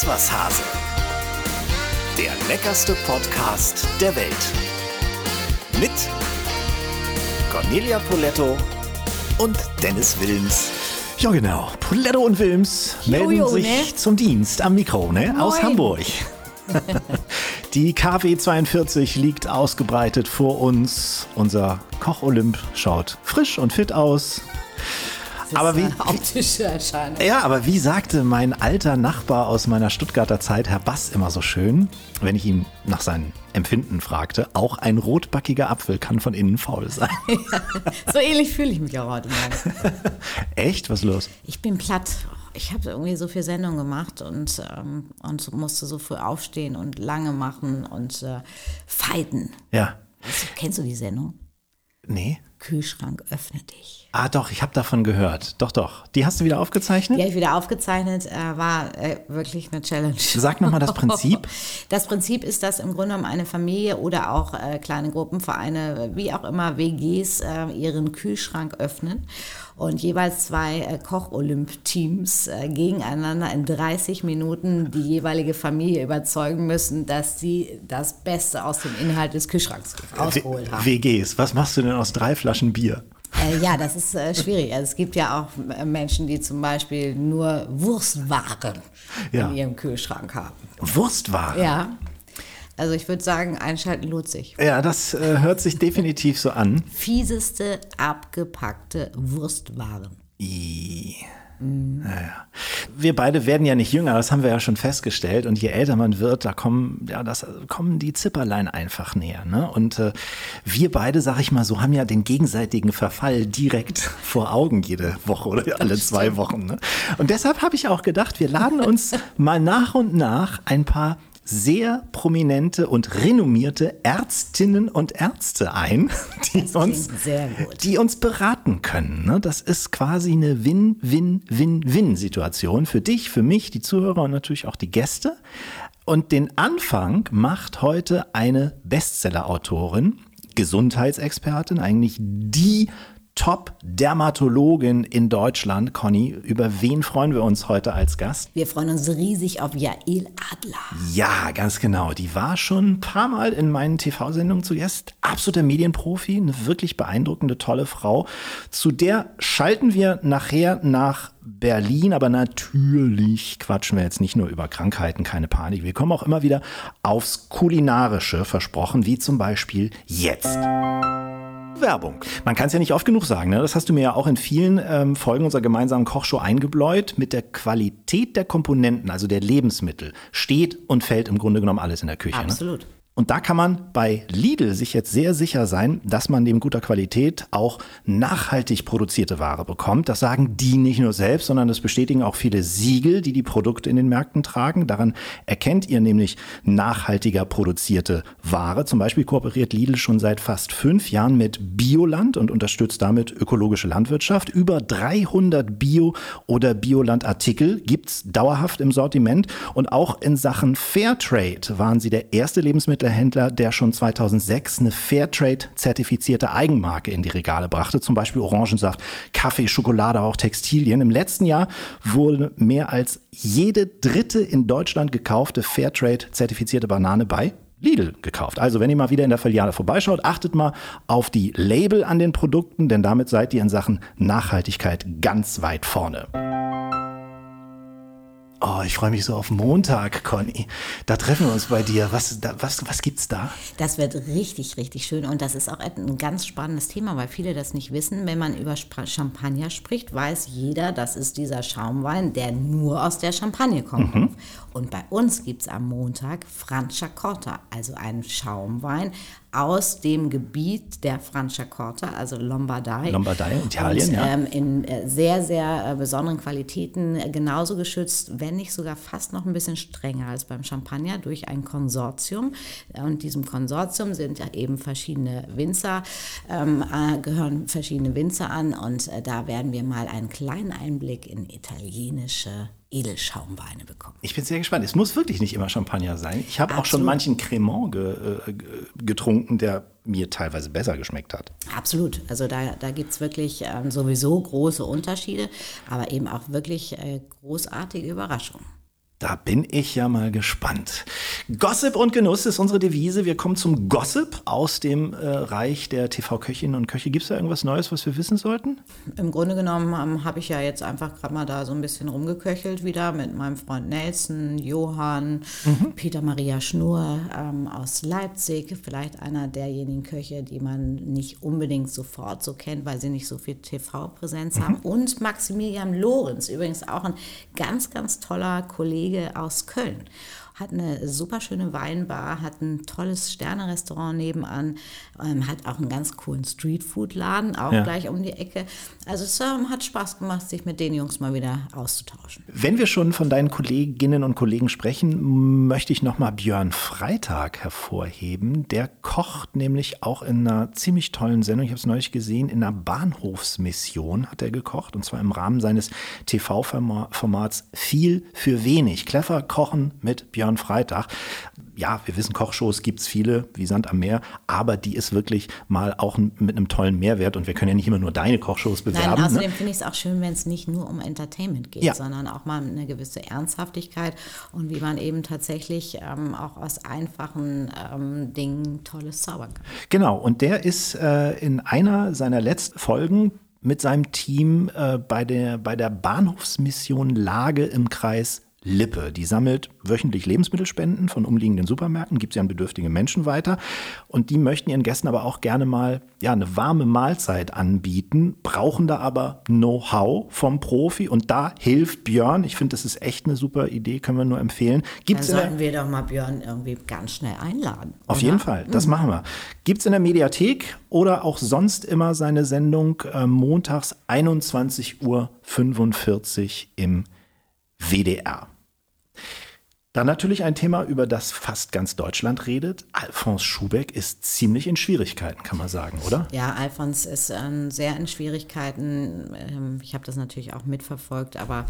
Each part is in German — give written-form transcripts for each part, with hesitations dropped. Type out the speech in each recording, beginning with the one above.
was, Hase? Der leckerste Podcast der Welt. Mit Cornelia Poletto und Dennis Wilms. Ja genau, Poletto und Wilms melden sich zum Dienst am Mikro, aus Hamburg. Die KW 42 liegt ausgebreitet vor uns. Unser Koch-Olymp schaut frisch und fit aus. Das ist eine optische Erscheinung. Ja, aber wie sagte mein alter Nachbar aus meiner Stuttgarter Zeit, Herr Bass, immer so schön, wenn ich ihn nach seinem Empfinden fragte, auch ein rotbackiger Apfel kann von innen faul sein. Ja, so ähnlich fühle ich mich auch heute Morgen. Echt? Was ist los? Ich bin platt. Ich habe irgendwie so viel Sendung gemacht und musste so früh aufstehen und lange machen und fighten. Ja. Kennst du die Sendung? Nee. Kühlschrank, öffne dich. Ah doch, ich habe davon gehört. Doch. Die hast du wieder aufgezeichnet? Die habe ich wieder aufgezeichnet, war wirklich eine Challenge. Sag nochmal das Prinzip. Das Prinzip ist, dass im Grunde genommen eine Familie oder auch kleine Gruppenvereine, wie auch immer WGs, ihren Kühlschrank öffnen und jeweils zwei Koch-Olymp-Teams gegeneinander in 30 Minuten die jeweilige Familie überzeugen müssen, dass sie das Beste aus dem Inhalt des Kühlschranks rausgeholt haben. WGs, was machst du denn aus 3 Flaschen Bier? Ja, das ist schwierig. Also es gibt ja auch Menschen, die zum Beispiel nur Wurstwaren in ihrem Kühlschrank haben. Wurstwaren? Ja. Also ich würde sagen, einschalten lohnt sich. Ja, das hört sich definitiv so an. Fieseste, abgepackte Wurstwaren. Naja. Wir beide werden ja nicht jünger, das haben wir ja schon festgestellt. Und je älter man wird, da kommen die Zipperlein einfach näher. Ne? Und wir beide, sag ich mal so, haben ja den gegenseitigen Verfall direkt vor Augen jede Woche oder alle 2 Wochen. Ne? Und deshalb habe ich auch gedacht, wir laden uns mal nach und nach ein paar sehr prominente und renommierte Ärztinnen und Ärzte ein, die uns beraten können. Ne? Das ist quasi eine Win-Win-Win-Win-Situation für dich, für mich, die Zuhörer und natürlich auch die Gäste. Und den Anfang macht heute eine Bestseller-Autorin, Gesundheitsexpertin, eigentlich die Top-Dermatologin in Deutschland. Conny, über wen freuen wir uns heute als Gast? Wir freuen uns riesig auf Jael Adler. Ja, ganz genau. Die war schon ein paar Mal in meinen TV-Sendungen zu Gast. Absoluter Medienprofi, eine wirklich beeindruckende, tolle Frau. Zu der schalten wir nachher nach Berlin, aber natürlich quatschen wir jetzt nicht nur über Krankheiten, keine Panik. Wir kommen auch immer wieder aufs Kulinarische, versprochen, wie zum Beispiel jetzt. Werbung. Man kann es ja nicht oft genug sagen, ne? Das hast du mir ja auch in vielen Folgen unserer gemeinsamen Kochshow eingebläut. Mit der Qualität der Komponenten, also der Lebensmittel, steht und fällt im Grunde genommen alles in der Küche. Absolut. Ne? Und da kann man bei Lidl sich jetzt sehr sicher sein, dass man neben guter Qualität auch nachhaltig produzierte Ware bekommt. Das sagen die nicht nur selbst, sondern das bestätigen auch viele Siegel, die die Produkte in den Märkten tragen. Daran erkennt ihr nämlich nachhaltiger produzierte Ware. Zum Beispiel kooperiert Lidl schon seit fast 5 Jahren mit Bioland und unterstützt damit ökologische Landwirtschaft. Über 300 Bio- oder Bioland-Artikel gibt's dauerhaft im Sortiment. Und auch in Sachen Fairtrade waren sie der erste Lebensmittelhändler, der schon 2006 eine Fairtrade-zertifizierte Eigenmarke in die Regale brachte. Zum Beispiel Orangensaft, Kaffee, Schokolade, auch Textilien. Im letzten Jahr wurde mehr als jede dritte in Deutschland gekaufte Fairtrade-zertifizierte Banane bei Lidl gekauft. Also wenn ihr mal wieder in der Filiale vorbeischaut, achtet mal auf die Label an den Produkten, denn damit seid ihr in Sachen Nachhaltigkeit ganz weit vorne. Oh, ich freue mich so auf Montag, Conny. Da treffen wir uns bei dir. Was gibt's da? Das wird richtig, richtig schön. Und das ist auch ein ganz spannendes Thema, weil viele das nicht wissen. Wenn man über Champagner spricht, weiß jeder, das ist dieser Schaumwein, der nur aus der Champagne kommt. Und bei uns gibt's am Montag Franciacorta, also einen Schaumwein aus dem Gebiet der Franciacorta, also Lombardei. Lombardei, Italien, und, in sehr, sehr besonderen Qualitäten genauso geschützt, wenn nicht sogar fast noch ein bisschen strenger als beim Champagner durch ein Konsortium. Und diesem Konsortium sind ja eben verschiedene Winzer, gehören verschiedene Winzer an. Und da werden wir mal einen kleinen Einblick in italienische Edelschaumweine bekommen. Ich bin sehr gespannt. Es muss wirklich nicht immer Champagner sein. Ich habe auch schon manchen Cremant getrunken, der mir teilweise besser geschmeckt hat. Absolut. Also da gibt es wirklich sowieso große Unterschiede, aber eben auch wirklich großartige Überraschungen. Da bin ich ja mal gespannt. Gossip und Genuss ist unsere Devise. Wir kommen zum Gossip aus dem Reich der TV-Köchinnen und Köche. Gibt es da irgendwas Neues, was wir wissen sollten? Im Grunde genommen habe ich ja jetzt einfach gerade mal da so ein bisschen rumgeköchelt wieder mit meinem Freund Nelson, Johann, Peter Maria Schnur aus Leipzig. Vielleicht einer derjenigen Köche, die man nicht unbedingt sofort so kennt, weil sie nicht so viel TV-Präsenz haben. Und Maximilian Lorenz, übrigens auch ein ganz, ganz toller Kollege aus Köln. Hat eine super schöne Weinbar, hat ein tolles Sterne-Restaurant nebenan, hat auch einen ganz coolen Streetfood-Laden, auch gleich um die Ecke. Also es hat Spaß gemacht, sich mit den Jungs mal wieder auszutauschen. Wenn wir schon von deinen Kolleginnen und Kollegen sprechen, möchte ich nochmal Björn Freitag hervorheben. Der kocht nämlich auch in einer ziemlich tollen Sendung, ich habe es neulich gesehen, in einer Bahnhofsmission hat er gekocht, und zwar im Rahmen seines TV-Formats Viel für wenig. Clever kochen mit Björn Freitag. Ja, wir wissen, Kochshows gibt es viele, wie Sand am Meer, aber die ist wirklich mal auch mit einem tollen Mehrwert, und wir können ja nicht immer nur deine Kochshows bewerben. Nein, außerdem finde ich es auch schön, wenn es nicht nur um Entertainment geht, sondern auch mal eine gewisse Ernsthaftigkeit und wie man eben tatsächlich auch aus einfachen Dingen Tolles zaubern kann. Genau, und der ist in einer seiner letzten Folgen mit seinem Team bei der Bahnhofsmission Lage im Kreis Lippe. Die sammelt wöchentlich Lebensmittelspenden von umliegenden Supermärkten, gibt sie an bedürftige Menschen weiter, und die möchten ihren Gästen aber auch gerne mal eine warme Mahlzeit anbieten, brauchen da aber Know-how vom Profi, und da hilft Björn. Ich finde, das ist echt eine super Idee, können wir nur empfehlen. Dann sollten wir doch mal Björn irgendwie ganz schnell einladen. Auf jeden Fall, das machen wir. Gibt's in der Mediathek oder auch sonst immer seine Sendung montags 21:45 Uhr im WDR. Dann natürlich ein Thema, über das fast ganz Deutschland redet. Alfons Schubeck ist ziemlich in Schwierigkeiten, kann man sagen, oder? Ja, Alfons ist sehr in Schwierigkeiten. Ich habe das natürlich auch mitverfolgt, aber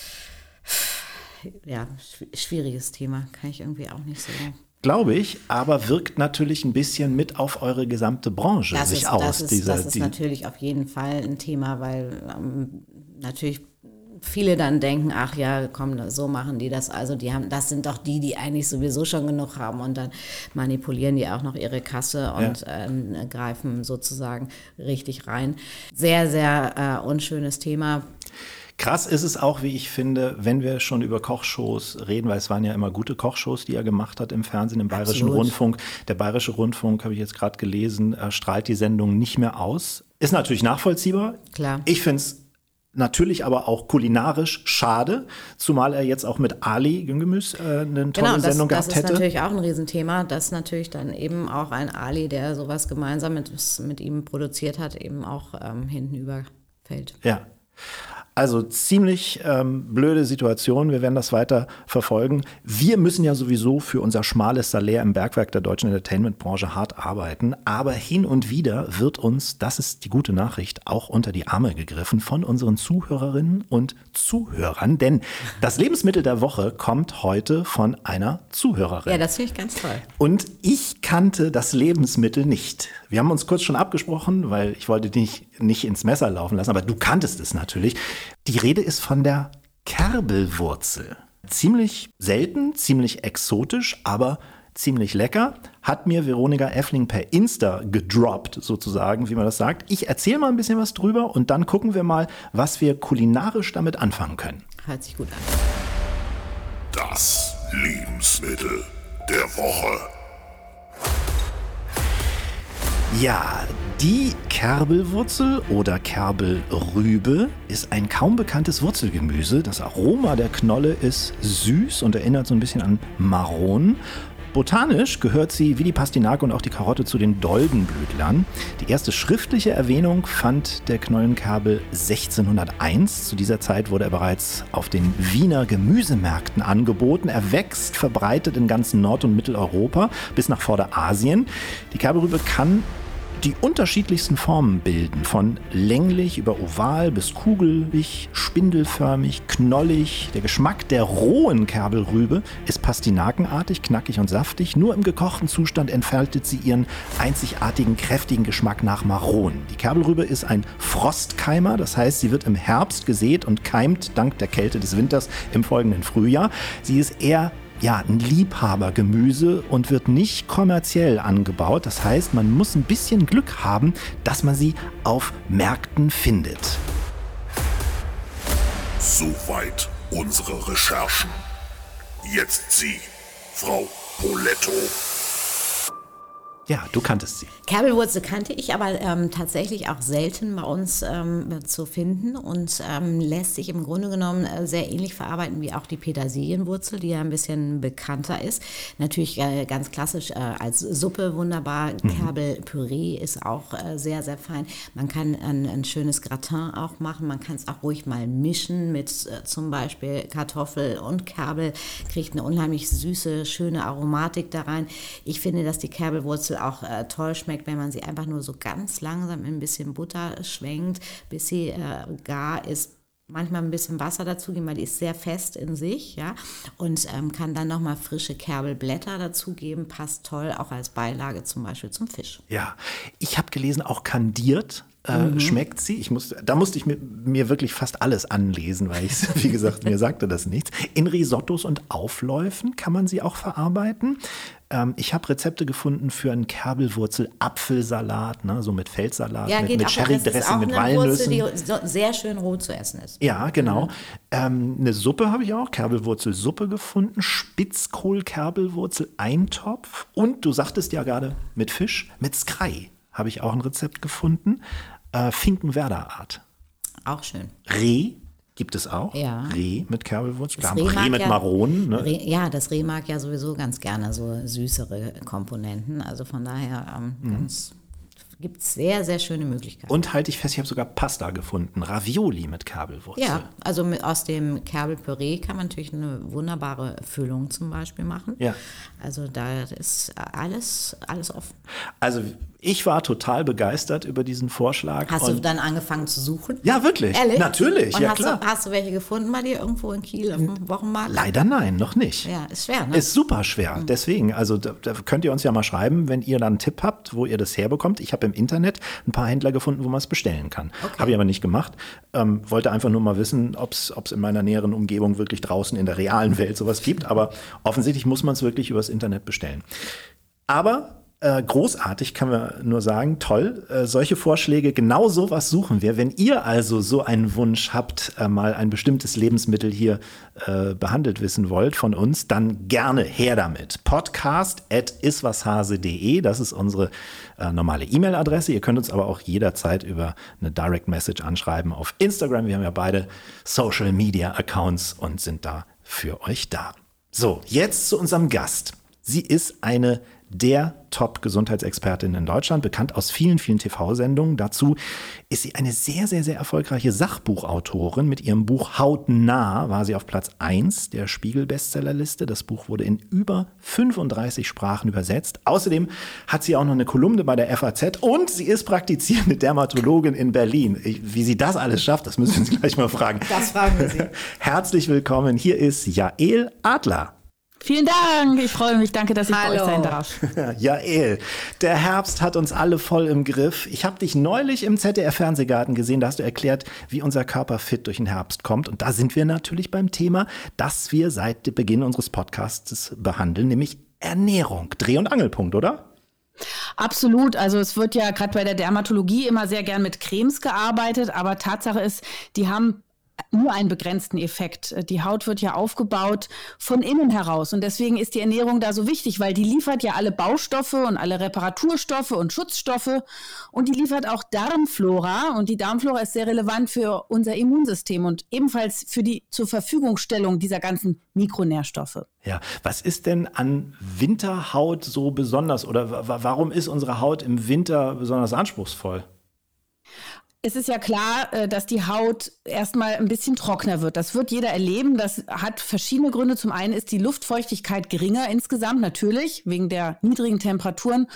ja, schwieriges Thema, kann ich irgendwie auch nicht so. Glaube ich, aber wirkt natürlich ein bisschen mit auf eure gesamte Branche aus. Das ist natürlich auf jeden Fall ein Thema, weil natürlich viele dann denken, ach ja, komm, so machen die das. Also das sind doch die eigentlich sowieso schon genug haben, und dann manipulieren die auch noch ihre Kasse und greifen sozusagen richtig rein. Sehr, sehr unschönes Thema. Krass ist es auch, wie ich finde, wenn wir schon über Kochshows reden, weil es waren ja immer gute Kochshows, die er gemacht hat im Fernsehen, im Bayerischen Rundfunk. Der Bayerische Rundfunk, habe ich jetzt gerade gelesen, strahlt die Sendung nicht mehr aus. Ist natürlich nachvollziehbar. Klar. Ich finde es natürlich aber auch kulinarisch schade, zumal er jetzt auch mit Ali Güngemüs eine tolle Sendung gehabt hätte. Das ist natürlich auch ein Riesenthema, dass natürlich dann eben auch ein Ali, der sowas gemeinsam mit ihm produziert hat, eben auch hinten überfällt. Ja. Also ziemlich blöde Situation. Wir werden das weiter verfolgen. Wir müssen ja sowieso für unser schmales Salär im Bergwerk der deutschen Entertainment-Branche hart arbeiten. Aber hin und wieder wird uns, das ist die gute Nachricht, auch unter die Arme gegriffen von unseren Zuhörerinnen und Zuhörern. Denn das Lebensmittel der Woche kommt heute von einer Zuhörerin. Ja, das finde ich ganz toll. Und ich kannte das Lebensmittel nicht. Wir haben uns kurz schon abgesprochen, weil ich wollte dich nicht ins Messer laufen lassen, aber du kanntest es natürlich. Die Rede ist von der Kerbelwurzel. Ziemlich selten, ziemlich exotisch, aber ziemlich lecker. Hat mir Veronika Effling per Insta gedroppt, sozusagen, wie man das sagt. Ich erzähle mal ein bisschen was drüber und dann gucken wir mal, was wir kulinarisch damit anfangen können. Hört sich gut an. Das Lebensmittel der Woche. Ja, die Kerbelwurzel oder Kerbelrübe ist ein kaum bekanntes Wurzelgemüse. Das Aroma der Knolle ist süß und erinnert so ein bisschen an Maronen. Botanisch gehört sie wie die Pastinake und auch die Karotte zu den Doldenblütlern. Die erste schriftliche Erwähnung fand der Knollenkerbel 1601. Zu dieser Zeit wurde er bereits auf den Wiener Gemüsemärkten angeboten. Er wächst verbreitet in ganz Nord- und Mitteleuropa bis nach Vorderasien. Die Kerbelrübe kann die unterschiedlichsten Formen bilden, von länglich über oval bis kugelig, spindelförmig, knollig. Der Geschmack der rohen Kerbelrübe ist pastinakenartig, knackig und saftig. Nur im gekochten Zustand entfaltet sie ihren einzigartigen, kräftigen Geschmack nach Maronen. Die Kerbelrübe ist ein Frostkeimer, das heißt, sie wird im Herbst gesät und keimt dank der Kälte des Winters im folgenden Frühjahr. Sie ist eher ein Liebhabergemüse und wird nicht kommerziell angebaut. Das heißt, man muss ein bisschen Glück haben, dass man sie auf Märkten findet. Soweit unsere Recherchen. Jetzt Sie, Frau Poletto. Ja, du kanntest sie. Kerbelwurzel kannte ich, aber tatsächlich auch selten bei uns zu finden und lässt sich im Grunde genommen sehr ähnlich verarbeiten wie auch die Petersilienwurzel, die ja ein bisschen bekannter ist. Natürlich ganz klassisch als Suppe wunderbar. Kerbelpüree ist auch sehr, sehr fein. Man kann ein schönes Gratin auch machen. Man kann es auch ruhig mal mischen mit zum Beispiel Kartoffel und Kerbel. Kriegt eine unheimlich süße, schöne Aromatik da rein. Ich finde, dass die Kerbelwurzel auch toll schmeckt, wenn man sie einfach nur so ganz langsam in ein bisschen Butter schwenkt, bis sie gar ist. Manchmal ein bisschen Wasser dazugeben, weil die ist sehr fest in sich, ja, und kann dann nochmal frische Kerbelblätter dazugeben, passt toll auch als Beilage zum Beispiel zum Fisch. Ja, ich habe gelesen, auch kandiert schmeckt sie. Da musste ich mir wirklich fast alles anlesen, weil wie gesagt, mir sagte das nichts. In Risottos und Aufläufen kann man sie auch verarbeiten. Ich habe Rezepte gefunden für einen Kerbelwurzel-Apfelsalat, ne, so mit Feldsalat, mit Sherry-Dressing, mit Walnüssen. Die sehr schön roh zu essen ist. Ja, genau. Eine Suppe habe ich auch, Kerbelwurzelsuppe gefunden, Spitzkohl-Kerbelwurzel-Eintopf und du sagtest ja gerade mit Fisch, mit Skrei habe ich auch ein Rezept gefunden. Finkenwerder-Art. Auch schön. Reh gibt es auch. Ja. Reh mit Kerbelwurzel. Klar, Reh mit Maronen. Ne? Das Reh mag ja sowieso ganz gerne so süßere Komponenten. Also von daher gibt es sehr, sehr schöne Möglichkeiten. Und halte ich fest, ich habe sogar Pasta gefunden. Ravioli mit Kerbelwurzel. Ja, also aus dem Kerbelpüree kann man natürlich eine wunderbare Füllung zum Beispiel machen. Ja. Also da ist alles offen. Also ich war total begeistert über diesen Vorschlag. Hast du dann angefangen zu suchen? Ja, wirklich. Ehrlich? Natürlich, und ja klar. Hast du welche gefunden bei dir irgendwo in Kiel auf dem Wochenmarkt? Leider nein, noch nicht. Ja, ist schwer, ne? Ist super schwer. Deswegen, also da könnt ihr uns ja mal schreiben, wenn ihr dann einen Tipp habt, wo ihr das herbekommt. Ich habe im Internet ein paar Händler gefunden, wo man es bestellen kann. Okay. Habe ich aber nicht gemacht. Wollte einfach nur mal wissen, ob es in meiner näheren Umgebung wirklich draußen in der realen Welt sowas gibt. Aber offensichtlich muss man es wirklich übers Internet bestellen. Aber großartig, kann man nur sagen, toll. Solche Vorschläge, genau sowas suchen wir. Wenn ihr also so einen Wunsch habt, mal ein bestimmtes Lebensmittel hier behandelt wissen wollt von uns, dann gerne her damit. podcast@iswashase.de, das ist unsere normale E-Mail-Adresse. Ihr könnt uns aber auch jederzeit über eine Direct Message anschreiben auf Instagram. Wir haben ja beide Social-Media-Accounts und sind da für euch da. So, jetzt zu unserem Gast. Sie ist eine der Top-Gesundheitsexpertin in Deutschland, bekannt aus vielen, vielen TV-Sendungen. Dazu ist sie eine sehr, sehr, sehr erfolgreiche Sachbuchautorin. Mit ihrem Buch Hautnah war sie auf Platz 1 der Spiegel-Bestsellerliste. Das Buch wurde in über 35 Sprachen übersetzt. Außerdem hat sie auch noch eine Kolumne bei der FAZ und sie ist praktizierende Dermatologin in Berlin. Wie sie das alles schafft, das müssen wir uns gleich mal fragen. Das fragen wir sie. Herzlich willkommen. Hier ist Jael Adler. Vielen Dank, ich freue mich. Danke, dass ich bei euch sein darf. Jael, der Herbst hat uns alle voll im Griff. Ich habe dich neulich im ZDF-Fernsehgarten gesehen, da hast du erklärt, wie unser Körper fit durch den Herbst kommt. Und da sind wir natürlich beim Thema, das wir seit Beginn unseres Podcasts behandeln, nämlich Ernährung. Dreh- und Angelpunkt, oder? Absolut. Also es wird ja gerade bei der Dermatologie immer sehr gern mit Cremes gearbeitet, aber Tatsache ist, die haben nur einen begrenzten Effekt. Die Haut wird ja aufgebaut von innen heraus und deswegen ist die Ernährung da so wichtig, weil die liefert ja alle Baustoffe und alle Reparaturstoffe und Schutzstoffe und die liefert auch Darmflora und die Darmflora ist sehr relevant für unser Immunsystem und ebenfalls für die zur Verfügungstellung dieser ganzen Mikronährstoffe. Ja, was ist denn an Winterhaut so besonders oder warum ist unsere Haut im Winter besonders anspruchsvoll? Es ist ja klar, dass die Haut erstmal ein bisschen trockener wird. Das wird jeder erleben. Das hat verschiedene Gründe. Zum einen ist die Luftfeuchtigkeit geringer insgesamt, natürlich, wegen der niedrigen Temperaturen.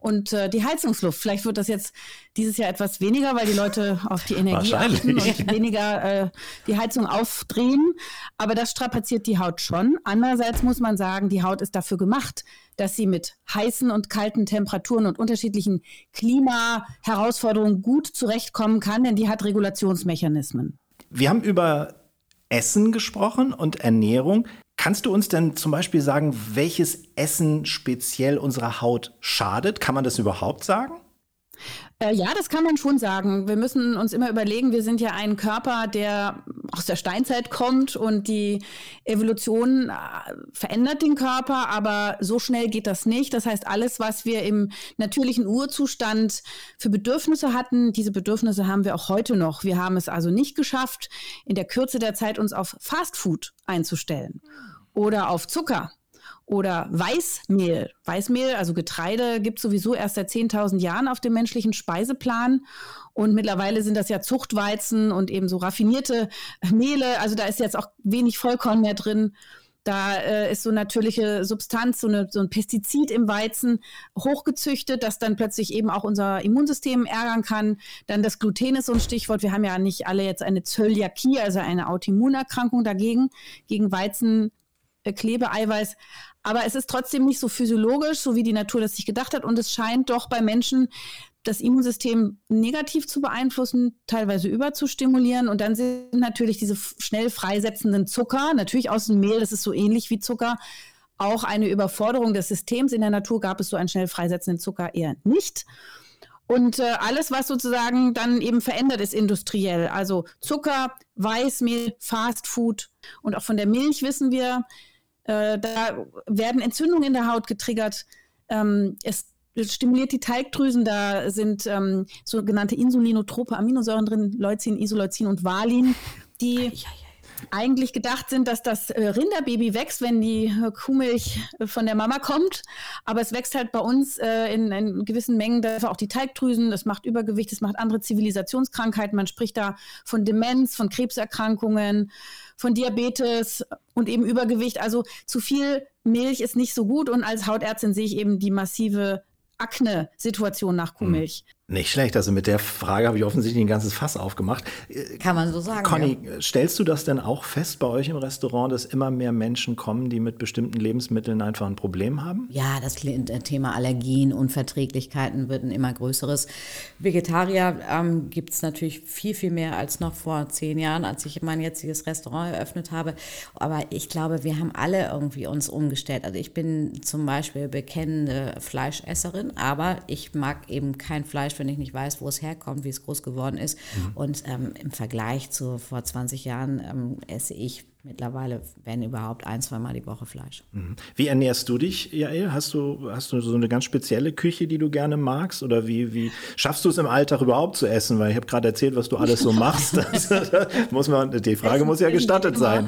und die Heizungsluft. Vielleicht wird das jetzt dieses Jahr etwas weniger, weil die Leute auf die Energie achten und weniger die Heizung aufdrehen. Aber das strapaziert die Haut schon. Andererseits muss man sagen, die Haut ist dafür gemacht, dass sie mit heißen und kalten Temperaturen und unterschiedlichen Klimaherausforderungen gut zurechtkommen kann, denn die hat Regulationsmechanismen. Wir haben über Essen gesprochen und Ernährung. Kannst du uns denn zum Beispiel sagen, welches Essen speziell unserer Haut schadet? Kann man das überhaupt sagen? Ja, das kann man schon sagen. Wir müssen uns immer überlegen, wir sind ja ein Körper, der aus der Steinzeit kommt und die Evolution verändert den Körper, aber so schnell geht das nicht. Das heißt, alles, was wir im natürlichen Urzustand für Bedürfnisse hatten, diese Bedürfnisse haben wir auch heute noch. Wir haben es also nicht geschafft, in der Kürze der Zeit uns auf Fastfood einzustellen oder auf Zucker. Oder Weißmehl. Weißmehl, also Getreide, gibt es sowieso erst seit 10.000 Jahren auf dem menschlichen Speiseplan. Und mittlerweile sind das ja Zuchtweizen und eben so raffinierte Mehle. Also da ist jetzt auch wenig Vollkorn mehr drin. Da ist so natürliche Substanz, so ein Pestizid im Weizen hochgezüchtet, das dann plötzlich eben auch unser Immunsystem ärgern kann. Dann das Gluten ist so ein Stichwort. Wir haben ja nicht alle jetzt eine Zöliakie, also eine Autoimmunerkrankung dagegen, gegen Weizenklebeeiweiß. Aber es ist trotzdem nicht so physiologisch, so wie die Natur das sich gedacht hat. Und es scheint doch bei Menschen das Immunsystem negativ zu beeinflussen, teilweise überzustimulieren. Und dann sind natürlich diese schnell freisetzenden Zucker, natürlich aus dem Mehl, das ist so ähnlich wie Zucker, auch eine Überforderung des Systems. In der Natur gab es so einen schnell freisetzenden Zucker eher nicht. Und alles, was sozusagen dann eben verändert ist industriell, also Zucker, Weißmehl, Fastfood und auch von der Milch wissen wir, da werden Entzündungen in der Haut getriggert. Es stimuliert die Talgdrüsen, da sind sogenannte insulinotrope Aminosäuren drin, Leucin, Isoleucin und Valin, die eigentlich gedacht sind, dass das Rinderbaby wächst, wenn die Kuhmilch von der Mama kommt. Aber es wächst halt bei uns in gewissen Mengen dafür auch die Talgdrüsen. Das macht Übergewicht, das macht andere Zivilisationskrankheiten. Man spricht da von Demenz, von Krebserkrankungen, von Diabetes und eben Übergewicht. Also zu viel Milch ist nicht so gut. Und als Hautärztin sehe ich eben die massive Akne-Situation nach Kuhmilch. Nicht schlecht, also mit der Frage habe ich offensichtlich ein ganzes Fass aufgemacht. Kann man so sagen. Conny, ja. Stellst du das denn auch fest bei euch im Restaurant, dass immer mehr Menschen kommen, die mit bestimmten Lebensmitteln einfach ein Problem haben? Ja, das Thema Allergien, Unverträglichkeiten wird ein immer größeres. Vegetarier gibt es natürlich viel, viel mehr als noch vor 10 Jahren, als ich mein jetziges Restaurant eröffnet habe. Aber ich glaube, wir haben alle irgendwie uns umgestellt. Also ich bin zum Beispiel bekennende Fleischesserin, aber ich mag eben kein Fleisch, wenn ich nicht weiß, wo es herkommt, wie es groß geworden ist. Und im Vergleich zu vor 20 Jahren esse ich mittlerweile, wenn überhaupt, 1-2 Mal die Woche Fleisch. Wie ernährst du dich, Jael? Hast du so eine ganz spezielle Küche, die du gerne magst? Oder wie schaffst du es im Alltag überhaupt zu essen? Weil ich habe gerade erzählt, was du alles so machst. Die Frage muss ja gestattet sein.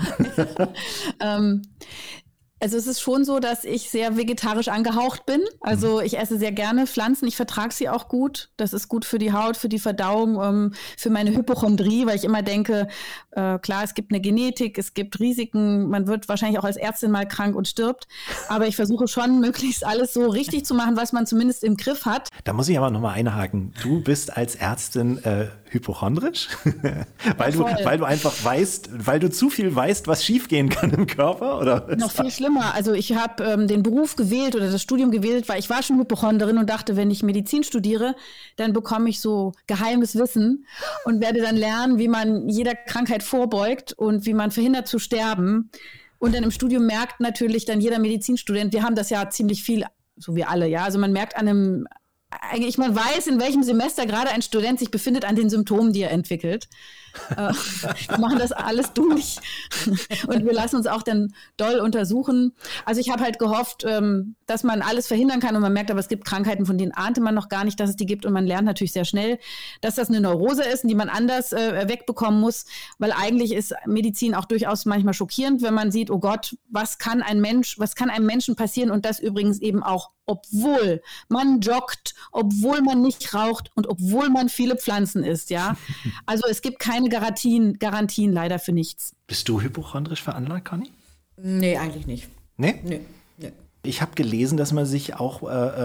Also es ist schon so, dass ich sehr vegetarisch angehaucht bin. Also ich esse sehr gerne Pflanzen. Ich vertrage sie auch gut. Das ist gut für die Haut, für die Verdauung, für meine Hypochondrie, weil ich immer denke, klar, es gibt eine Genetik, es gibt Risiken. Man wird wahrscheinlich auch als Ärztin mal krank und stirbt. Aber ich versuche schon, möglichst alles so richtig zu machen, was man zumindest im Griff hat. Da muss ich aber nochmal einhaken. Du bist als Ärztin hypochondrisch? weil du einfach weißt, weil du zu viel weißt, was schiefgehen kann im Körper? Oder? Noch viel schlimmer. Also ich habe den Beruf gewählt oder das Studium gewählt, weil ich war schon Hypochonderin und dachte, wenn ich Medizin studiere, dann bekomme ich so geheimes Wissen und werde dann lernen, wie man jeder Krankheit vorbeugt und wie man verhindert zu sterben. Und dann im Studium merkt natürlich dann jeder Medizinstudent, wir haben das ja ziemlich viel, so wie alle, ja. Also man merkt man weiß, in welchem Semester gerade ein Student sich befindet an den Symptomen, die er entwickelt. Wir machen das alles durch und wir lassen uns auch dann doll untersuchen. Also ich habe halt gehofft, dass man alles verhindern kann und man merkt aber, es gibt Krankheiten, von denen ahnte man noch gar nicht, dass es die gibt und man lernt natürlich sehr schnell, dass das eine Neurose ist, die man anders wegbekommen muss, weil eigentlich ist Medizin auch durchaus manchmal schockierend, wenn man sieht, oh Gott, was kann einem Menschen passieren und das übrigens eben auch, obwohl man joggt, obwohl man nicht raucht und obwohl man viele Pflanzen isst, ja. Also es gibt keine Garantien leider für nichts. Bist du hypochondrisch veranlagt, Conny? Nee, eigentlich nicht. Nee? Nee. Ich habe gelesen, dass man sich auch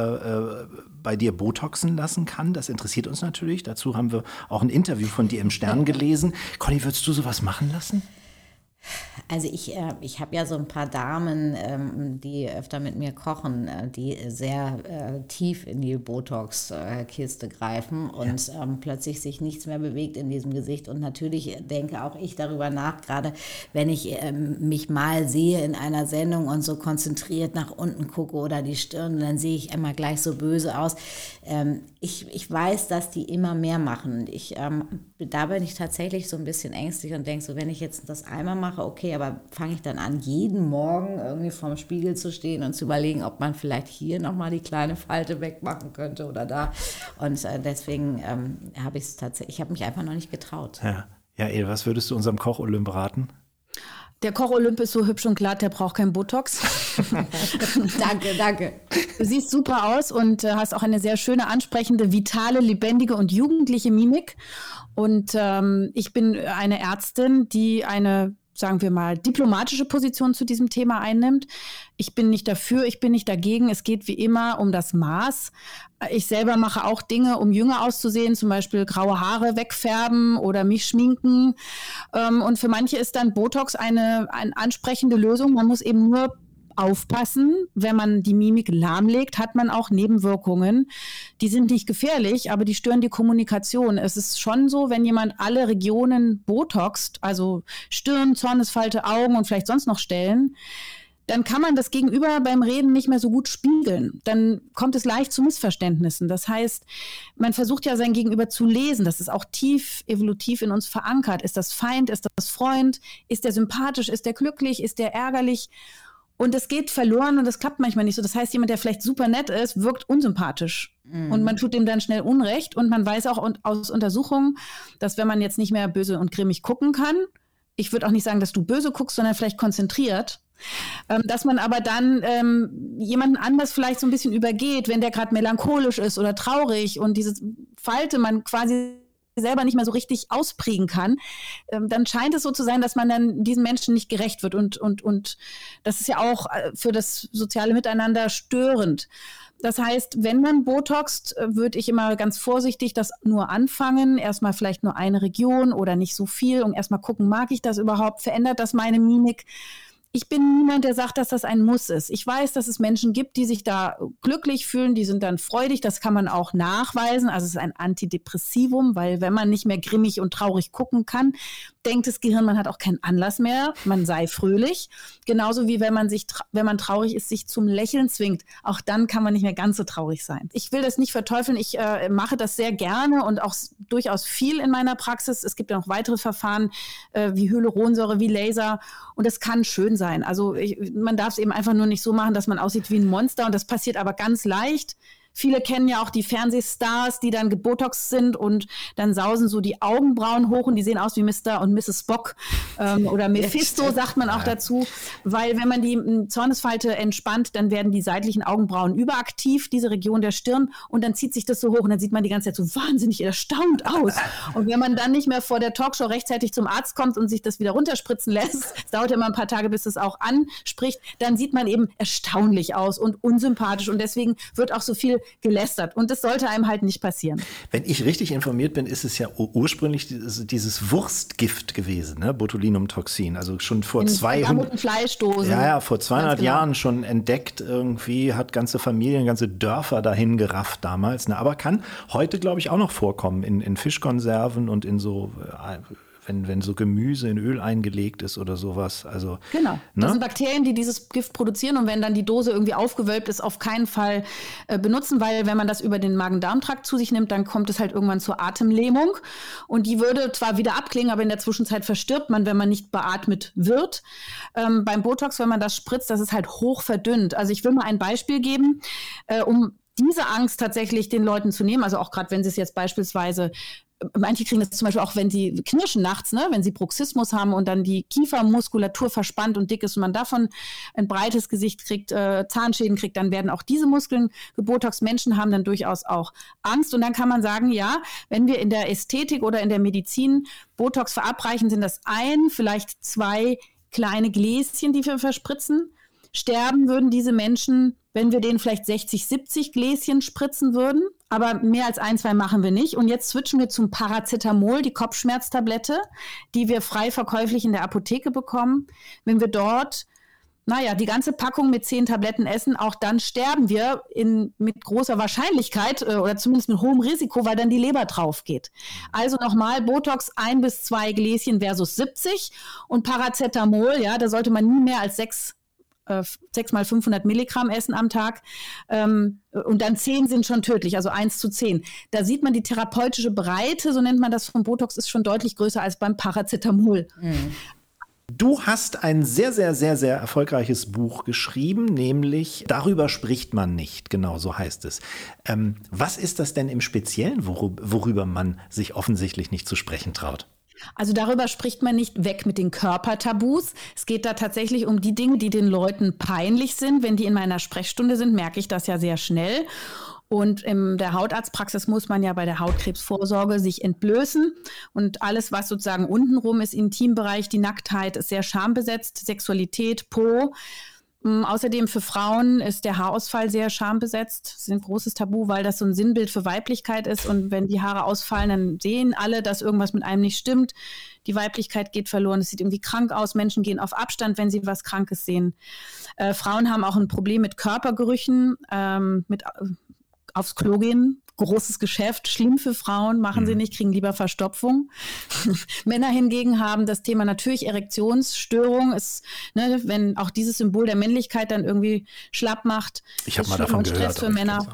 bei dir Botoxen lassen kann. Das interessiert uns natürlich. Dazu haben wir auch ein Interview von dir im Stern gelesen. Conny, würdest du sowas machen lassen? Also ich habe ja so ein paar Damen, die öfter mit mir kochen, die sehr tief in die Botox-Kiste greifen und plötzlich sich nichts mehr bewegt in diesem Gesicht. Und natürlich denke auch ich darüber nach, gerade wenn ich mich mal sehe in einer Sendung und so konzentriert nach unten gucke oder die Stirn, dann sehe ich immer gleich so böse aus. Ich weiß, dass die immer mehr machen. Da bin ich tatsächlich so ein bisschen ängstlich und denke so, wenn ich jetzt das einmal mache, okay, aber fange ich dann an, jeden Morgen irgendwie vorm Spiegel zu stehen und zu überlegen, ob man vielleicht hier nochmal die kleine Falte wegmachen könnte oder da. Und deswegen habe ich es tatsächlich, ich habe mich einfach noch nicht getraut. Ja, Ede, was würdest du unserem Koch-Olymp raten? Der Koch-Olymp ist so hübsch und glatt, der braucht kein Botox. Danke. Du siehst super aus und hast auch eine sehr schöne, ansprechende, vitale, lebendige und jugendliche Mimik. Und ich bin eine Ärztin, die eine, sagen wir mal, diplomatische Position zu diesem Thema einnimmt. Ich bin nicht dafür, ich bin nicht dagegen. Es geht wie immer um das Maß. Ich selber mache auch Dinge, um jünger auszusehen, zum Beispiel graue Haare wegfärben oder mich schminken. Und für manche ist dann Botox eine ansprechende Lösung. Man muss eben nur aufpassen, wenn man die Mimik lahmlegt, hat man auch Nebenwirkungen. Die sind nicht gefährlich, aber die stören die Kommunikation. Es ist schon so, wenn jemand alle Regionen botoxt, also Stirn, Zornesfalte, Augen und vielleicht sonst noch Stellen, dann kann man das Gegenüber beim Reden nicht mehr so gut spiegeln. Dann kommt es leicht zu Missverständnissen. Das heißt, man versucht ja sein Gegenüber zu lesen. Das ist auch tief evolutiv in uns verankert. Ist das Feind? Ist das Freund? Ist der sympathisch? Ist der glücklich? Ist der ärgerlich? Und es geht verloren und das klappt manchmal nicht so. Das heißt, jemand, der vielleicht super nett ist, wirkt unsympathisch. Und man tut ihm dann schnell Unrecht. Und man weiß auch aus Untersuchungen, dass wenn man jetzt nicht mehr böse und grimmig gucken kann, ich würde auch nicht sagen, dass du böse guckst, sondern vielleicht konzentriert, dass man aber dann jemanden anders vielleicht so ein bisschen übergeht, wenn der gerade melancholisch ist oder traurig und diese Falte man quasi selber nicht mehr so richtig ausprägen kann, dann scheint es so zu sein, dass man dann diesen Menschen nicht gerecht wird. Und das ist ja auch für das soziale Miteinander störend. Das heißt, wenn man botoxt, würde ich immer ganz vorsichtig das nur anfangen. Erstmal vielleicht nur eine Region oder nicht so viel und erstmal gucken, mag ich das überhaupt? Verändert das meine Mimik? Ich bin niemand, der sagt, dass das ein Muss ist. Ich weiß, dass es Menschen gibt, die sich da glücklich fühlen, die sind dann freudig. Das kann man auch nachweisen. Also es ist ein Antidepressivum, weil wenn man nicht mehr grimmig und traurig gucken kann, denkt das Gehirn, man hat auch keinen Anlass mehr, man sei fröhlich. Genauso wie wenn man traurig ist, sich zum Lächeln zwingt. Auch dann kann man nicht mehr ganz so traurig sein. Ich will das nicht verteufeln. Ich mache das sehr gerne und auch durchaus viel in meiner Praxis. Es gibt ja noch weitere Verfahren wie Hyaluronsäure, wie Laser. Und das kann schön sein. Also man darf es eben einfach nur nicht so machen, dass man aussieht wie ein Monster. Und das passiert aber ganz leicht. Viele kennen ja auch die Fernsehstars, die dann gebotoxt sind und dann sausen so die Augenbrauen hoch und die sehen aus wie Mr. und Mrs. Spock oder Mephisto, sagt man auch dazu. Weil wenn man die Zornesfalte entspannt, dann werden die seitlichen Augenbrauen überaktiv, diese Region der Stirn, und dann zieht sich das so hoch und dann sieht man die ganze Zeit so wahnsinnig erstaunt aus. Und wenn man dann nicht mehr vor der Talkshow rechtzeitig zum Arzt kommt und sich das wieder runterspritzen lässt, es dauert ja immer ein paar Tage, bis es auch anspricht, dann sieht man eben erstaunlich aus und unsympathisch und deswegen wird auch so viel gelästert. Und das sollte einem halt nicht passieren. Wenn ich richtig informiert bin, ist es ja ursprünglich dieses Wurstgift gewesen, ne? Botulinumtoxin. Also schon vor 200 Fleischdosen. Ja, vor 200 genau. Jahren schon entdeckt irgendwie, hat ganze Familien, ganze Dörfer dahin gerafft damals. Ne? Aber kann heute, glaube ich, auch noch vorkommen in Fischkonserven und in so wenn so Gemüse in Öl eingelegt ist oder sowas. Also, genau. Das sind Bakterien, die dieses Gift produzieren und wenn dann die Dose irgendwie aufgewölbt ist, auf keinen Fall benutzen, weil wenn man das über den Magen-Darm-Trakt zu sich nimmt, dann kommt es halt irgendwann zur Atemlähmung und die würde zwar wieder abklingen, aber in der Zwischenzeit verstirbt man, wenn man nicht beatmet wird. Beim Botox, wenn man das spritzt, das ist halt hoch verdünnt. Also ich will mal ein Beispiel geben, um diese Angst tatsächlich den Leuten zu nehmen, also auch gerade wenn sie es jetzt beispielsweise manche kriegen das zum Beispiel auch, wenn sie knirschen nachts, ne? Wenn sie Bruxismus haben und dann die Kiefermuskulatur verspannt und dick ist und man davon ein breites Gesicht kriegt, Zahnschäden kriegt, dann werden auch diese Muskeln gebotoxt. Menschen haben dann durchaus auch Angst. Und dann kann man sagen, ja, wenn wir in der Ästhetik oder in der Medizin Botox verabreichen, sind das vielleicht 2 kleine Gläschen, die wir verspritzen. sterben würden diese Menschen, wenn wir denen vielleicht 60, 70 Gläschen spritzen würden. Aber mehr als 1, 2 machen wir nicht. Und jetzt switchen wir zum Paracetamol, die Kopfschmerztablette, die wir frei verkäuflich in der Apotheke bekommen. Wenn wir dort die ganze Packung mit 10 Tabletten essen, auch dann sterben wir mit großer Wahrscheinlichkeit oder zumindest mit hohem Risiko, weil dann die Leber drauf geht. Also nochmal, Botox 1 bis 2 Gläschen versus 70 und Paracetamol, da sollte man nie mehr als 6 mal 500 Milligramm essen am Tag und dann 10 sind schon tödlich, also 1:10. Da sieht man, die therapeutische Breite, so nennt man das von Botox, ist schon deutlich größer als beim Paracetamol. Du hast ein sehr, sehr, sehr, sehr erfolgreiches Buch geschrieben, nämlich Darüber spricht man nicht, genau so heißt es. Was ist das denn im Speziellen, worüber man sich offensichtlich nicht zu sprechen traut? Also darüber spricht man nicht, weg mit den Körpertabus. Es geht da tatsächlich um die Dinge, die den Leuten peinlich sind. Wenn die in meiner Sprechstunde sind, merke ich das ja sehr schnell. Und in der Hautarztpraxis muss man ja bei der Hautkrebsvorsorge sich entblößen. Und alles, was sozusagen untenrum ist, Intimbereich, die Nacktheit, ist sehr schambesetzt, Sexualität, Po. Außerdem für Frauen ist der Haarausfall sehr schambesetzt. Das ist ein großes Tabu, weil das so ein Sinnbild für Weiblichkeit ist. Und wenn die Haare ausfallen, dann sehen alle, dass irgendwas mit einem nicht stimmt. Die Weiblichkeit geht verloren. Es sieht irgendwie krank aus. Menschen gehen auf Abstand, wenn sie was Krankes sehen. Frauen haben auch ein Problem mit Körpergerüchen, mit aufs Klo gehen. Großes Geschäft, schlimm für Frauen, machen sie nicht, kriegen lieber Verstopfung. Männer hingegen haben das Thema natürlich Erektionsstörung, ist, wenn auch dieses Symbol der Männlichkeit dann irgendwie schlapp macht. Ich habe mal davon gehört. Stress für Männer.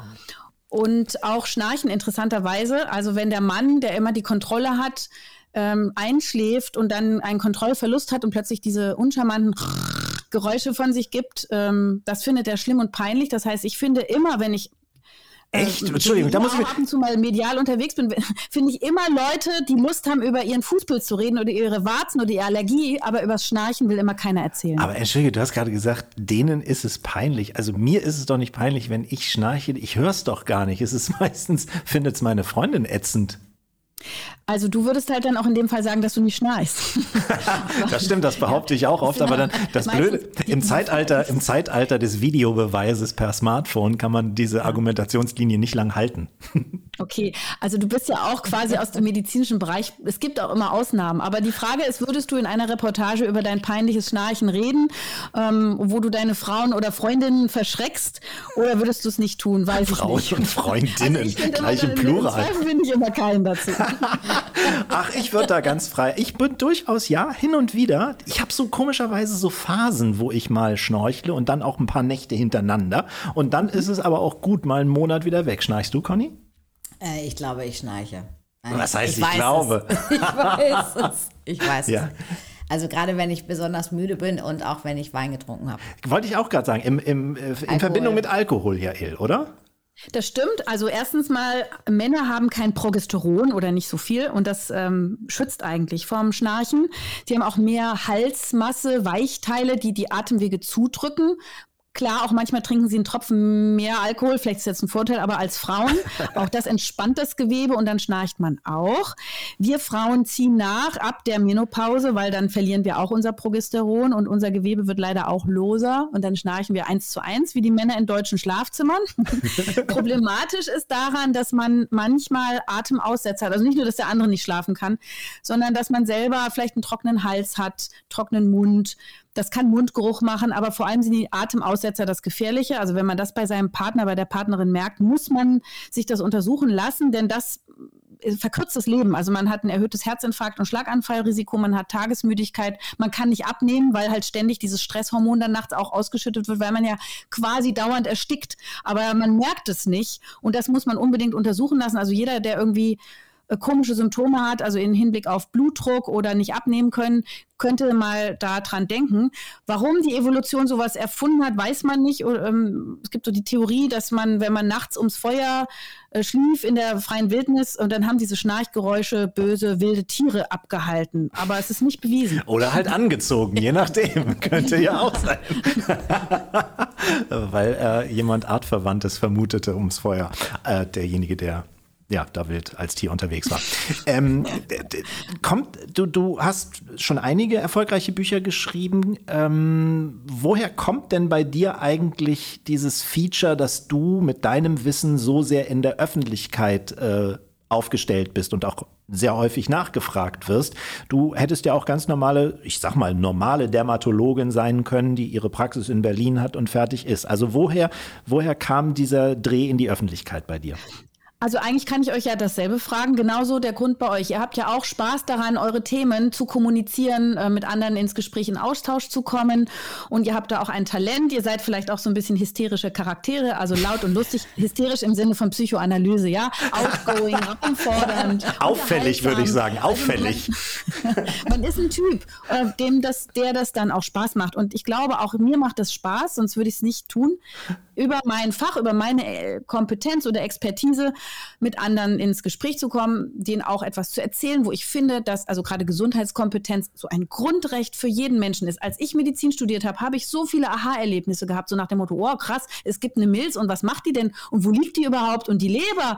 Und auch Schnarchen interessanterweise. Also wenn der Mann, der immer die Kontrolle hat, einschläft und dann einen Kontrollverlust hat und plötzlich diese uncharmanten Geräusche von sich gibt, das findet er schlimm und peinlich. Das heißt, ich finde immer, wenn ich Echt? Entschuldigung, da muss ich ab und zu mal medial unterwegs bin, finde ich immer Leute, die Lust haben, über ihren Fußpilz zu reden oder ihre Warzen oder ihre Allergie, aber übers Schnarchen will immer keiner erzählen. Aber Entschuldige, du hast gerade gesagt, denen ist es peinlich. Also mir ist es doch nicht peinlich, wenn ich schnarche. Ich höre es doch gar nicht. Es ist meistens, findet es meine Freundin ätzend. Also du würdest halt dann auch in dem Fall sagen, dass du nicht schnarchst. Das stimmt, das behaupte ich auch oft, aber dann das Blöde, im Zeitalter des Videobeweises per Smartphone kann man diese Argumentationslinie nicht lang halten. Okay, also du bist ja auch quasi aus dem medizinischen Bereich, es gibt auch immer Ausnahmen, aber die Frage ist, würdest du in einer Reportage über dein peinliches Schnarchen reden, wo du deine Frauen oder Freundinnen verschreckst, oder würdest du es nicht tun? Weiß ich nicht. Frauen und Freundinnen, gleich im Plural. Im finde ich immer keinen dazu. Ach, ich würde da ganz frei. Ich bin durchaus, hin und wieder. Ich habe so komischerweise so Phasen, wo ich mal schnorchle und dann auch ein paar Nächte hintereinander. Und dann ist es aber auch gut, mal einen Monat wieder weg. Schnarchst du, Conny? Ich glaube, ich schnarche. Nein, was heißt, ich glaube? Ich weiß es. Also gerade wenn ich besonders müde bin und auch wenn ich Wein getrunken habe. Wollte ich auch gerade sagen, in Verbindung mit Alkohol, Jael, oder? Das stimmt. Also erstens mal, Männer haben kein Progesteron oder nicht so viel und das schützt eigentlich vorm Schnarchen. Sie haben auch mehr Halsmasse, Weichteile, die die Atemwege zudrücken. Klar, auch manchmal trinken sie einen Tropfen mehr Alkohol, vielleicht ist jetzt ein Vorteil, aber als Frauen, auch das entspannt das Gewebe und dann schnarcht man auch. Wir Frauen ziehen nach ab der Menopause, weil dann verlieren wir auch unser Progesteron und unser Gewebe wird leider auch loser und dann schnarchen wir 1:1 wie die Männer in deutschen Schlafzimmern. Problematisch ist daran, dass man manchmal Atemaussetzer hat, also nicht nur, dass der andere nicht schlafen kann, sondern dass man selber vielleicht einen trockenen Hals hat, trockenen Mund. Das kann Mundgeruch machen, aber vor allem sind die Atemaussetzer das Gefährliche. Also wenn man das bei seinem Partner, bei der Partnerin merkt, muss man sich das untersuchen lassen, denn das verkürzt das Leben. Also man hat ein erhöhtes Herzinfarkt- und Schlaganfallrisiko, man hat Tagesmüdigkeit, man kann nicht abnehmen, weil halt ständig dieses Stresshormon dann nachts auch ausgeschüttet wird, weil man ja quasi dauernd erstickt. Aber man merkt es nicht und das muss man unbedingt untersuchen lassen. Also jeder, der irgendwie komische Symptome hat, also im Hinblick auf Blutdruck oder nicht abnehmen können, könnte mal daran denken. Warum die Evolution sowas erfunden hat, weiß man nicht. Es gibt so die Theorie, dass man, wenn man nachts ums Feuer schlief in der freien Wildnis und dann haben diese Schnarchgeräusche böse, wilde Tiere abgehalten. Aber es ist nicht bewiesen. Oder halt angezogen, je nachdem. Könnte ja auch sein. Weil jemand Artverwandtes vermutete ums Feuer. Derjenige, der ja, da wild als Tier unterwegs war. Du hast schon einige erfolgreiche Bücher geschrieben. Woher kommt denn bei dir eigentlich dieses Feature, dass du mit deinem Wissen so sehr in der Öffentlichkeit aufgestellt bist und auch sehr häufig nachgefragt wirst? Du hättest ja auch ganz normale, ich sag mal, normale Dermatologin sein können, die ihre Praxis in Berlin hat und fertig ist. Also woher kam dieser Dreh in die Öffentlichkeit bei dir? Also eigentlich kann ich euch ja dasselbe fragen, genauso der Grund bei euch. Ihr habt ja auch Spaß daran, eure Themen zu kommunizieren, mit anderen ins Gespräch, in Austausch zu kommen, und ihr habt da auch ein Talent. Ihr seid vielleicht auch so ein bisschen hysterische Charaktere, also laut und lustig, hysterisch im Sinne von Psychoanalyse, ja, outgoing, herausfordernd. Auffällig, würde ich sagen, auffällig. Also man ist ein Typ, der das dann auch Spaß macht, und ich glaube auch, mir macht das Spaß, sonst würde ich es nicht tun, über mein Fach, über meine Kompetenz oder Expertise mit anderen ins Gespräch zu kommen, denen auch etwas zu erzählen, wo ich finde, dass also gerade Gesundheitskompetenz so ein Grundrecht für jeden Menschen ist. Als ich Medizin studiert habe, habe ich so viele Aha-Erlebnisse gehabt, so nach dem Motto, oh krass, es gibt eine Milz und was macht die denn und wo liegt die überhaupt und die Leber?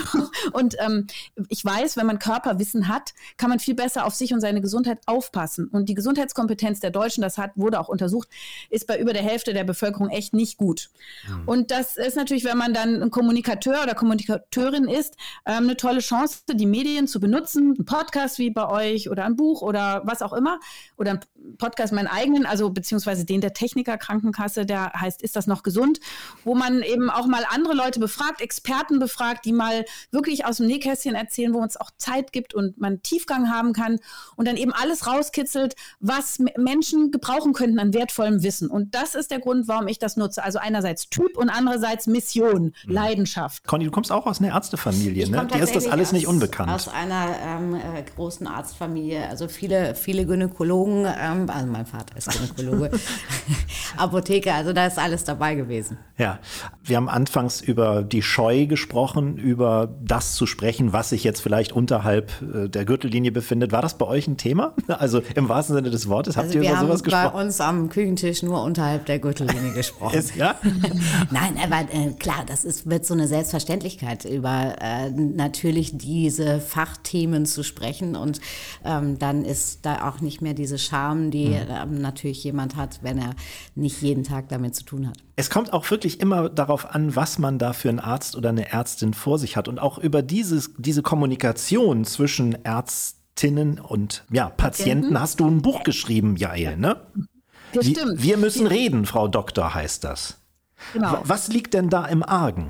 Und ich weiß, wenn man Körperwissen hat, kann man viel besser auf sich und seine Gesundheit aufpassen. Und die Gesundheitskompetenz der Deutschen, wurde auch untersucht, ist bei über der Hälfte der Bevölkerung echt nicht gut. Und das ist natürlich, wenn man dann ein Kommunikateur oder Kommunikateurin ist, eine tolle Chance, die Medien zu benutzen, ein Podcast wie bei euch oder ein Buch oder was auch immer, oder ein Podcast meinen eigenen, also beziehungsweise den der Techniker Krankenkasse, der heißt Ist das noch gesund?, wo man eben auch mal andere Leute befragt, Experten befragt, die mal wirklich aus dem Nähkästchen erzählen, wo es auch Zeit gibt und man Tiefgang haben kann und dann eben alles rauskitzelt, was Menschen gebrauchen könnten an wertvollem Wissen. Und das ist der Grund, warum ich das nutze. Also einerseits Typ und andererseits Mission, Leidenschaft. Conny, du kommst auch aus einer Ärztefamilie, ne? Dir ist das alles nicht unbekannt. Aus einer großen Arztfamilie, also viele Gynäkologen, also mein Vater ist Gynäkologe, Apotheker, also da ist alles dabei gewesen. Ja, wir haben anfangs über die Scheu gesprochen, über das zu sprechen, was sich jetzt vielleicht unterhalb der Gürtellinie befindet. War das bei euch ein Thema? Also im wahrsten Sinne des Wortes, habt ihr über sowas gesprochen? Wir haben bei uns am Küchentisch nur unterhalb der Gürtellinie gesprochen. Ja? Nein, aber klar, wird so eine Selbstverständlichkeit, über natürlich diese Fachthemen zu sprechen, und dann ist da auch nicht mehr diese Scham, die natürlich jemand hat, wenn er nicht jeden Tag damit zu tun hat. Es kommt auch wirklich immer darauf an, was man da für einen Arzt oder eine Ärztin vor sich hat, und auch über diese Kommunikation zwischen Ärztinnen und Patienten hast du ein Buch geschrieben, Jael, ne? Das stimmt. Wir müssen reden, Frau Doktor, heißt das. Genau. Was liegt denn da im Argen?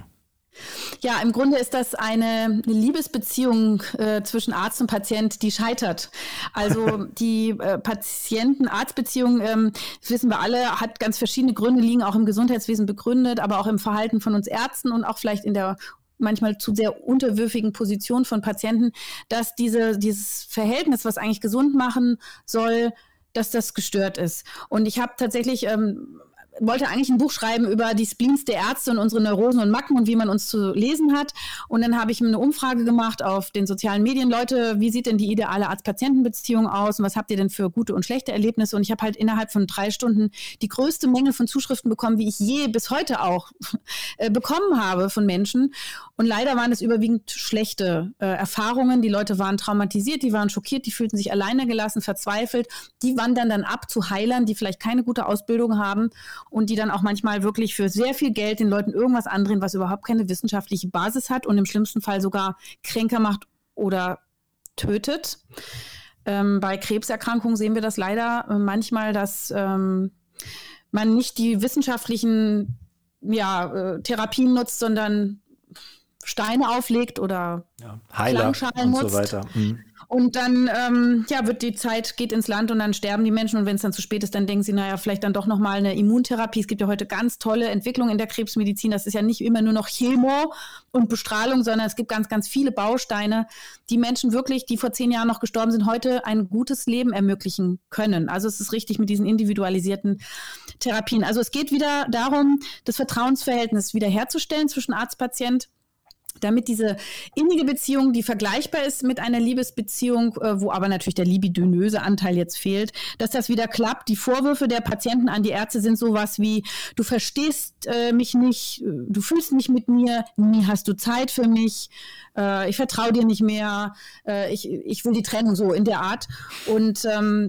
Ja, im Grunde ist das eine Liebesbeziehung zwischen Arzt und Patient, die scheitert. Also die Patienten-Arzt-Beziehung, das wissen wir alle, hat ganz verschiedene Gründe, liegen auch im Gesundheitswesen begründet, aber auch im Verhalten von uns Ärzten und auch vielleicht in der manchmal zu sehr unterwürfigen Position von Patienten, dass dieses Verhältnis, was eigentlich gesund machen soll, dass das gestört ist. Und ich habe tatsächlich wollte eigentlich ein Buch schreiben über die Spleens der Ärzte und unsere Neurosen und Macken und wie man uns zu lesen hat. Und dann habe ich eine Umfrage gemacht auf den sozialen Medien. Leute, wie sieht denn die ideale Arzt-Patienten-Beziehung aus und was habt ihr denn für gute und schlechte Erlebnisse? Und ich habe halt innerhalb von 3 Stunden die größte Menge von Zuschriften bekommen, wie ich je bis heute auch bekommen habe von Menschen. Und leider waren es überwiegend schlechte Erfahrungen. Die Leute waren traumatisiert, die waren schockiert, die fühlten sich alleine gelassen, verzweifelt. Die wandern dann ab zu Heilern, die vielleicht keine gute Ausbildung haben und die dann auch manchmal wirklich für sehr viel Geld den Leuten irgendwas andrehen, was überhaupt keine wissenschaftliche Basis hat und im schlimmsten Fall sogar kränker macht oder tötet. Bei Krebserkrankungen sehen wir das leider manchmal, dass man nicht die wissenschaftlichen Therapien nutzt, sondern Steine auflegt oder Heiler und so weiter. Mhm. Und dann wird die Zeit, geht ins Land und dann sterben die Menschen. Und wenn es dann zu spät ist, dann denken sie, naja, vielleicht dann doch nochmal eine Immuntherapie. Es gibt ja heute ganz tolle Entwicklungen in der Krebsmedizin. Das ist ja nicht immer nur noch Chemo und Bestrahlung, sondern es gibt ganz, ganz viele Bausteine, die Menschen wirklich, die vor 10 Jahren noch gestorben sind, heute ein gutes Leben ermöglichen können. Also es ist richtig mit diesen individualisierten Therapien. Also es geht wieder darum, das Vertrauensverhältnis wiederherzustellen zwischen Arzt-Patient. damit diese innige Beziehung, die vergleichbar ist mit einer Liebesbeziehung, wo aber natürlich der libidinöse Anteil jetzt fehlt, dass das wieder klappt. Die Vorwürfe der Patienten an die Ärzte sind sowas wie, du verstehst mich nicht, du fühlst nicht mit mir, nie hast du Zeit für mich, ich vertraue dir nicht mehr, ich will die Trennung, so in der Art. Und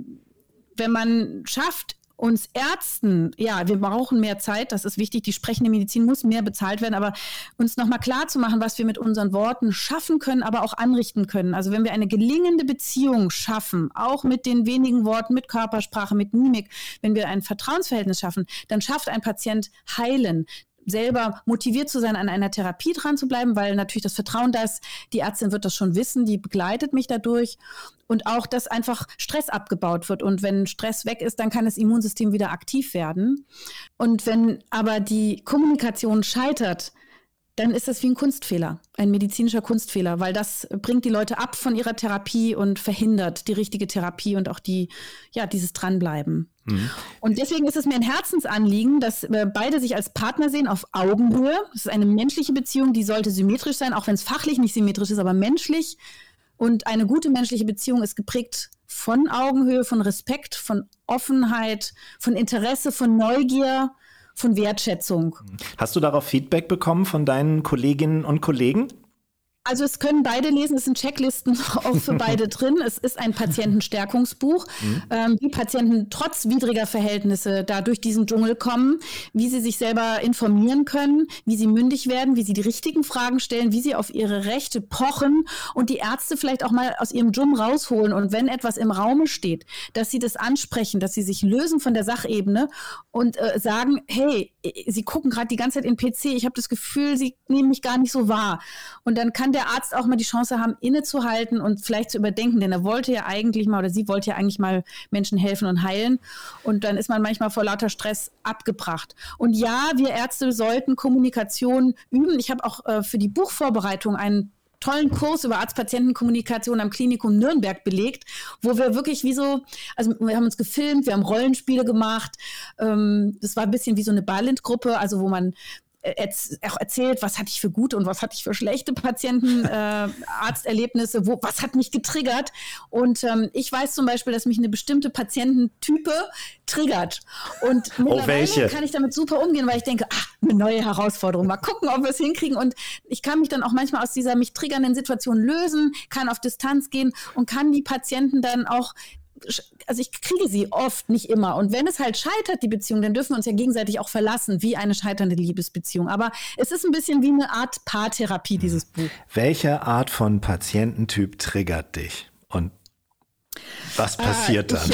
wenn man schafft, uns Ärzten, ja, wir brauchen mehr Zeit, das ist wichtig, die sprechende Medizin muss mehr bezahlt werden, aber uns nochmal klar zu machen, was wir mit unseren Worten schaffen können, aber auch anrichten können. Also wenn wir eine gelingende Beziehung schaffen, auch mit den wenigen Worten, mit Körpersprache, mit Mimik, wenn wir ein Vertrauensverhältnis schaffen, dann schafft ein Patient Heilen, selber motiviert zu sein, an einer Therapie dran zu bleiben, weil natürlich das Vertrauen da ist, die Ärztin wird das schon wissen, die begleitet mich dadurch und auch, dass einfach Stress abgebaut wird und wenn Stress weg ist, dann kann das Immunsystem wieder aktiv werden und wenn aber die Kommunikation scheitert, dann ist das wie ein Kunstfehler, ein medizinischer Kunstfehler, weil das bringt die Leute ab von ihrer Therapie und verhindert die richtige Therapie und auch dieses Dranbleiben. Mhm. Und deswegen ist es mir ein Herzensanliegen, dass beide sich als Partner sehen auf Augenhöhe. Das ist eine menschliche Beziehung, die sollte symmetrisch sein, auch wenn es fachlich nicht symmetrisch ist, aber menschlich. Und eine gute menschliche Beziehung ist geprägt von Augenhöhe, von Respekt, von Offenheit, von Interesse, von Neugier, von Wertschätzung. Hast du darauf Feedback bekommen von deinen Kolleginnen und Kollegen? Also es können beide lesen, es sind Checklisten auch für beide drin. Es ist ein Patientenstärkungsbuch, wie Patienten trotz widriger Verhältnisse da durch diesen Dschungel kommen, wie sie sich selber informieren können, wie sie mündig werden, wie sie die richtigen Fragen stellen, wie sie auf ihre Rechte pochen und die Ärzte vielleicht auch mal aus ihrem Dschungel rausholen. Und wenn etwas im Raume steht, dass sie das ansprechen, dass sie sich lösen von der Sachebene und sagen, hey, Sie gucken gerade die ganze Zeit in den PC, ich habe das Gefühl, Sie nehmen mich gar nicht so wahr. Und dann kann der Arzt auch mal die Chance haben, innezuhalten und vielleicht zu überdenken, denn er wollte ja eigentlich mal oder sie wollte ja eigentlich mal Menschen helfen und heilen. Und dann ist man manchmal vor lauter Stress abgebracht. Und ja, wir Ärzte sollten Kommunikation üben. Ich habe auch für die Buchvorbereitung einen tollen Kurs über Arzt-Patienten-Kommunikation am Klinikum Nürnberg belegt, wo wir wirklich also wir haben uns gefilmt, wir haben Rollenspiele gemacht. Das war ein bisschen wie so eine Balint-Gruppe, also wo man auch erzählt, was hatte ich für gute und was hatte ich für schlechte Arzterlebnisse, was hat mich getriggert. Und ich weiß zum Beispiel, dass mich eine bestimmte Patiententype triggert. Und mittlerweile kann ich damit super umgehen, weil ich denke, eine neue Herausforderung, mal gucken, ob wir es hinkriegen. Und ich kann mich dann auch manchmal aus dieser mich triggernden Situation lösen, kann auf Distanz gehen und kann die Patienten dann auch, also ich kriege sie oft, nicht immer. Und wenn es halt scheitert, die Beziehung, dann dürfen wir uns ja gegenseitig auch verlassen, wie eine scheiternde Liebesbeziehung. Aber es ist ein bisschen wie eine Art Paartherapie, dieses Buch. Welche Art von Patiententyp triggert dich? Und was passiert dann?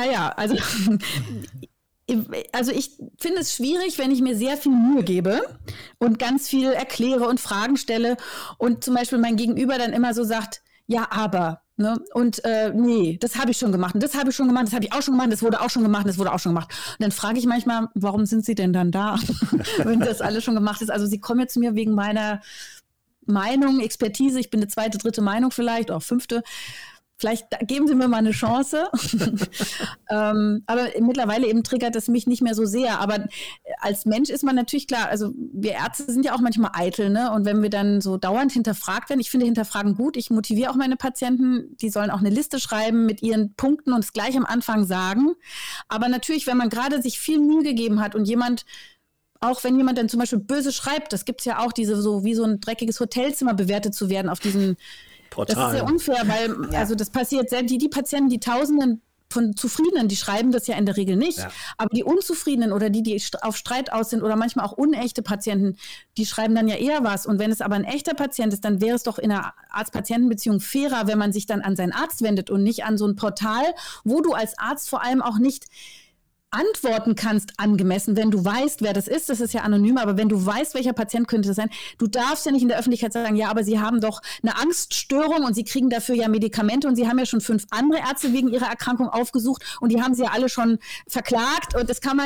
Also ich finde es schwierig, wenn ich mir sehr viel Mühe gebe und ganz viel erkläre und Fragen stelle und zum Beispiel mein Gegenüber dann immer so sagt, ja, aber... Ne? Und nee, das habe ich schon gemacht und das habe ich schon gemacht, das habe ich auch schon gemacht, das wurde auch schon gemacht, das wurde auch schon gemacht. Und dann frage ich manchmal, warum sind Sie denn dann da, wenn das alles schon gemacht ist? Also Sie kommen jetzt zu mir wegen meiner Meinung, Expertise, ich bin eine 2., 3. Meinung vielleicht, auch 5. Vielleicht geben Sie mir mal eine Chance. Aber mittlerweile eben triggert es mich nicht mehr so sehr. Aber als Mensch ist man natürlich klar, also wir Ärzte sind ja auch manchmal eitel, ne? Und wenn wir dann so dauernd hinterfragt werden, ich finde Hinterfragen gut, ich motiviere auch meine Patienten, die sollen auch eine Liste schreiben mit ihren Punkten und es gleich am Anfang sagen. Aber natürlich, wenn man gerade sich viel Mühe gegeben hat und auch wenn jemand dann zum Beispiel böse schreibt, das gibt es ja auch, diese so wie so ein dreckiges Hotelzimmer bewertet zu werden auf diesen Portal. Das ist sehr unfair, weil also das passiert selbst die Patienten, die Tausenden von Zufriedenen, die schreiben das ja in der Regel nicht. Ja. Aber die Unzufriedenen oder die auf Streit aus sind oder manchmal auch unechte Patienten, die schreiben dann ja eher was. Und wenn es aber ein echter Patient ist, dann wäre es doch in einer Arzt-Patienten-Beziehung fairer, wenn man sich dann an seinen Arzt wendet und nicht an so ein Portal, wo du als Arzt vor allem auch nicht antworten kannst angemessen, wenn du weißt, wer das ist ja anonym, aber wenn du weißt, welcher Patient könnte das sein, du darfst ja nicht in der Öffentlichkeit sagen, ja, aber Sie haben doch eine Angststörung und Sie kriegen dafür ja Medikamente und Sie haben ja schon 5 andere Ärzte wegen Ihrer Erkrankung aufgesucht und die haben Sie ja alle schon verklagt und das kann man ja, das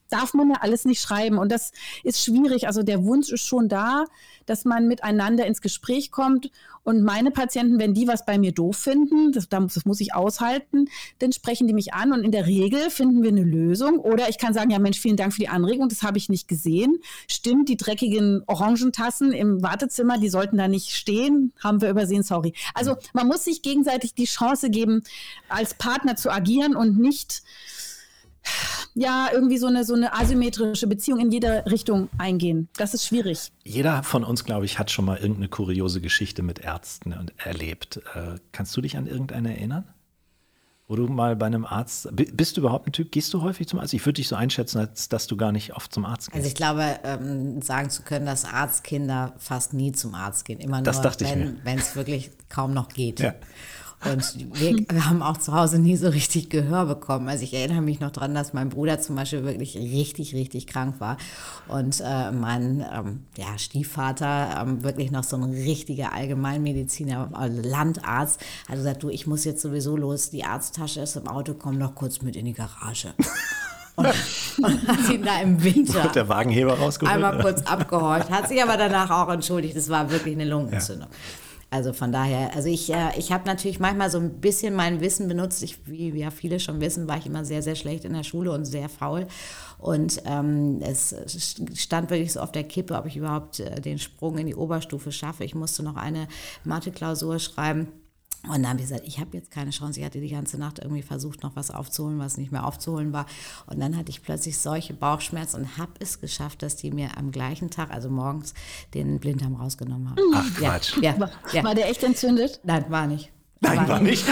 darf man ja alles nicht schreiben. Und das ist schwierig. Also der Wunsch ist schon da, dass man miteinander ins Gespräch kommt. Und meine Patienten, wenn die was bei mir doof finden, das muss ich aushalten, dann sprechen die mich an und in der Regel finden wir eine Lösung. Oder ich kann sagen, ja Mensch, vielen Dank für die Anregung, das habe ich nicht gesehen. Stimmt, die dreckigen Orangentassen im Wartezimmer, die sollten da nicht stehen, haben wir übersehen, sorry. Also man muss sich gegenseitig die Chance geben, als Partner zu agieren und nicht irgendwie so eine asymmetrische Beziehung in jeder Richtung eingehen. Das ist schwierig. Jeder von uns, glaube ich, hat schon mal irgendeine kuriose Geschichte mit Ärzten erlebt. Kannst du dich an irgendeine erinnern? Wo du mal bei einem Arzt, bist du überhaupt ein Typ, gehst du häufig zum Arzt? Ich würde dich so einschätzen, als dass du gar nicht oft zum Arzt gehst. Also ich glaube, sagen zu können, dass Arztkinder fast nie zum Arzt gehen. Immer das nur, wenn es wirklich kaum noch geht. Ja. Und wir haben auch zu Hause nie so richtig Gehör bekommen. Also ich erinnere mich noch dran, dass mein Bruder zum Beispiel wirklich richtig, richtig krank war. Und mein Stiefvater, wirklich noch so ein richtiger Allgemeinmediziner, Landarzt, hat gesagt, du, ich muss jetzt sowieso los, die Arzttasche ist im Auto, komm doch kurz mit in die Garage. Und hat ihn da im Winter der Wagenheber rausgeholt, einmal kurz abgehorcht, hat sich aber danach auch entschuldigt, es war wirklich eine Lungenentzündung. Ja. Also von daher, ich habe natürlich manchmal so ein bisschen mein Wissen benutzt. Wie ja viele schon wissen, war ich immer sehr, sehr schlecht in der Schule und sehr faul. Und es stand wirklich so auf der Kippe, ob ich überhaupt den Sprung in die Oberstufe schaffe. Ich musste noch eine Mathe-Klausur schreiben. Und dann habe ich gesagt, ich habe jetzt keine Chance. Ich hatte die ganze Nacht irgendwie versucht, noch was aufzuholen, was nicht mehr aufzuholen war. Und dann hatte ich plötzlich solche Bauchschmerzen und habe es geschafft, dass die mir am gleichen Tag, also morgens, den Blinddarm rausgenommen haben. Ach Quatsch. Ja. War der echt entzündet? Nein, war nicht. Nein, war nicht.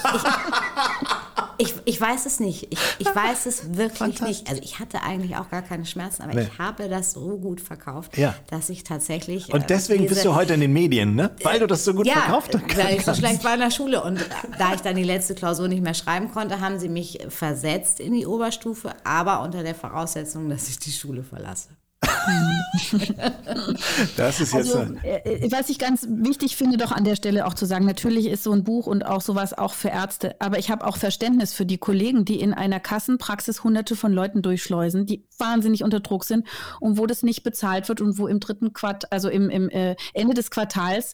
Ich weiß es nicht. Ich weiß es wirklich nicht. Also ich hatte eigentlich auch gar keine Schmerzen, aber ich habe das so gut verkauft, dass ich tatsächlich... Und deswegen bist du heute in den Medien, ne? Weil du das so gut verkauft hast. Ja, weil ich so schlecht war in der Schule. Und da ich dann die letzte Klausur nicht mehr schreiben konnte, haben sie mich versetzt in die Oberstufe, aber unter der Voraussetzung, dass ich die Schule verlasse. Das ist jetzt was ich ganz wichtig finde, doch an der Stelle auch zu sagen, natürlich ist so ein Buch und auch sowas auch für Ärzte, aber ich habe auch Verständnis für die Kollegen, die in einer Kassenpraxis hunderte von Leuten durchschleusen, die wahnsinnig unter Druck sind und wo das nicht bezahlt wird und wo im im Ende des Quartals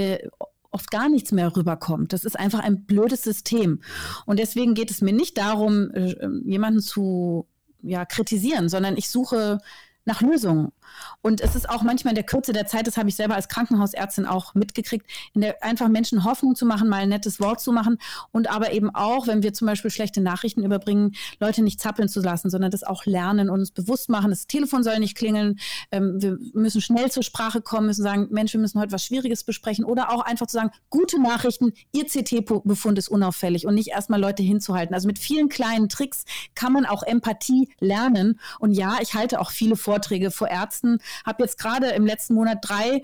oft gar nichts mehr rüberkommt. Das ist einfach ein blödes System. Und deswegen geht es mir nicht darum, jemanden zu kritisieren, sondern ich suche nach Lösungen. Und es ist auch manchmal in der Kürze der Zeit, das habe ich selber als Krankenhausärztin auch mitgekriegt, einfach Menschen Hoffnung zu machen, mal ein nettes Wort zu machen und aber eben auch, wenn wir zum Beispiel schlechte Nachrichten überbringen, Leute nicht zappeln zu lassen, sondern das auch lernen und uns bewusst machen, das Telefon soll nicht klingeln, wir müssen schnell zur Sprache kommen, müssen sagen, Mensch, wir müssen heute was Schwieriges besprechen oder auch einfach zu sagen, gute Nachrichten, Ihr CT-Befund ist unauffällig und nicht erstmal Leute hinzuhalten. Also mit vielen kleinen Tricks kann man auch Empathie lernen und ja, ich halte auch viele Vorträge vor Ärzten, habe jetzt gerade im letzten Monat 3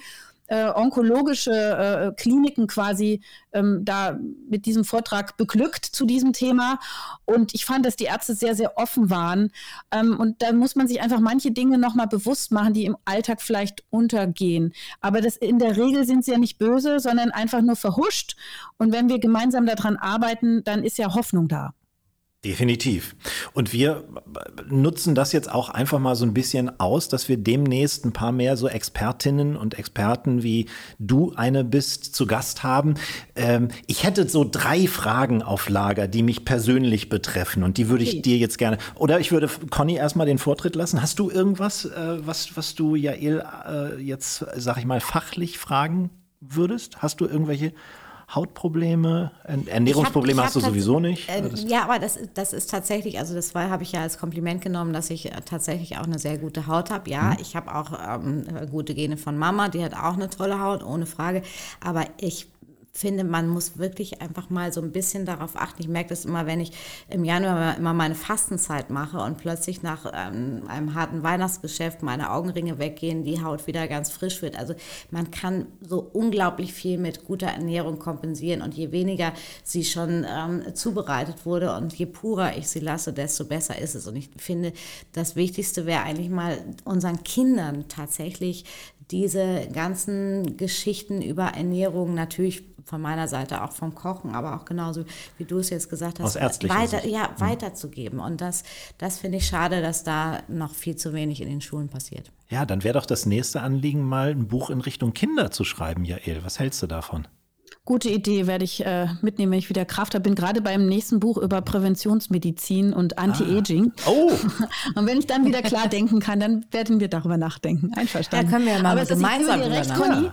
onkologische Kliniken quasi da mit diesem Vortrag beglückt zu diesem Thema und ich fand, dass die Ärzte sehr, sehr offen waren und da muss man sich einfach manche Dinge nochmal bewusst machen, die im Alltag vielleicht untergehen, aber in der Regel sind sie ja nicht böse, sondern einfach nur verhuscht und wenn wir gemeinsam daran arbeiten, dann ist ja Hoffnung da. Definitiv. Und wir nutzen das jetzt auch einfach mal so ein bisschen aus, dass wir demnächst ein paar mehr so Expertinnen und Experten wie du eine bist zu Gast haben. Ich hätte so 3 Fragen auf Lager, die mich persönlich betreffen und die würde ich dir jetzt gerne, oder ich würde Conny erstmal den Vortritt lassen. Hast du irgendwas, was du Jael jetzt, sag ich mal, fachlich fragen würdest? Hast du irgendwelche Hautprobleme, Ernährungsprobleme hast du sowieso nicht? Ja, aber das ist tatsächlich, also das habe ich ja als Kompliment genommen, dass ich tatsächlich auch eine sehr gute Haut habe. Ja, ich habe auch gute Gene von Mama, die hat auch eine tolle Haut, ohne Frage. Aber ich finde, man muss wirklich einfach mal so ein bisschen darauf achten. Ich merke das immer, wenn ich im Januar immer meine Fastenzeit mache und plötzlich nach einem harten Weihnachtsgeschäft meine Augenringe weggehen, die Haut wieder ganz frisch wird. Also man kann so unglaublich viel mit guter Ernährung kompensieren und je weniger sie schon zubereitet wurde und je purer ich sie lasse, desto besser ist es. Und ich finde, das Wichtigste wäre eigentlich mal unseren Kindern tatsächlich diese ganzen Geschichten über Ernährung, natürlich von meiner Seite auch vom Kochen, aber auch genauso, wie du es jetzt gesagt hast, weiterzugeben. Und das finde ich schade, dass da noch viel zu wenig in den Schulen passiert. Ja, dann wäre doch das nächste Anliegen, mal ein Buch in Richtung Kinder zu schreiben, Jael. Was hältst du davon? Gute Idee, werde ich mitnehmen, wenn ich wieder Kraft habe. Bin gerade beim nächsten Buch über Präventionsmedizin und Anti-Aging. Oh! Und wenn ich dann wieder klar denken kann, dann werden wir darüber nachdenken. Einverstanden. Ja, können wir ja mal gemeinsam Conny.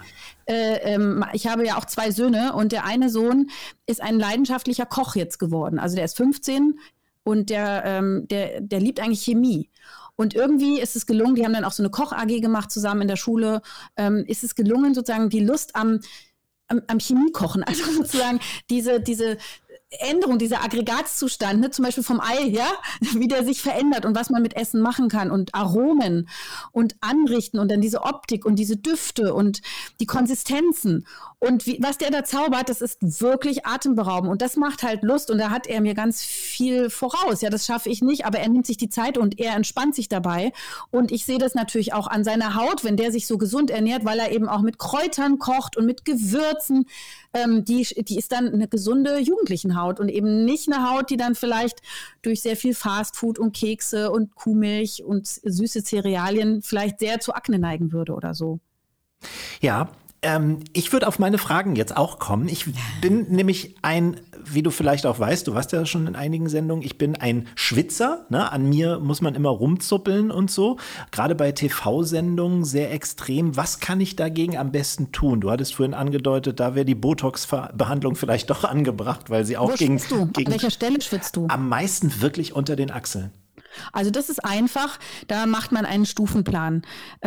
Ich habe ja auch 2 Söhne und der eine Sohn ist ein leidenschaftlicher Koch jetzt geworden. Also der ist 15 und der liebt eigentlich Chemie. Und irgendwie ist es gelungen, die haben dann auch so eine Koch-AG gemacht zusammen in der Schule, ist es gelungen, sozusagen die Lust am Chemiekochen, also sozusagen diese Änderung, dieser Aggregatzustand, ne, zum Beispiel vom Ei, ja, wie der sich verändert und was man mit Essen machen kann und Aromen und anrichten und dann diese Optik und diese Düfte und die Konsistenzen und was der da zaubert, das ist wirklich atemberaubend und das macht halt Lust und da hat er mir ganz viel voraus. Ja, das schaffe ich nicht, aber er nimmt sich die Zeit und er entspannt sich dabei und ich sehe das natürlich auch an seiner Haut, wenn der sich so gesund ernährt, weil er eben auch mit Kräutern kocht und mit Gewürzen, die ist dann eine gesunde Jugendlichenhaut und eben nicht eine Haut, die dann vielleicht durch sehr viel Fastfood und Kekse und Kuhmilch und süße Cerealien vielleicht sehr zu Akne neigen würde oder so. Ja, ich würde auf meine Fragen jetzt auch kommen. Ich bin nämlich wie du vielleicht auch weißt, du warst ja schon in einigen Sendungen, ich bin ein Schwitzer, ne? An mir muss man immer rumzuppeln und so. Gerade bei TV-Sendungen sehr extrem. Was kann ich dagegen am besten tun? Du hattest vorhin angedeutet, da wäre die Botox-Behandlung vielleicht doch angebracht, weil sie auch schwitzt du? An welcher Stelle schwitzt du? Am meisten wirklich unter den Achseln. Also das ist einfach, da macht man einen Stufenplan.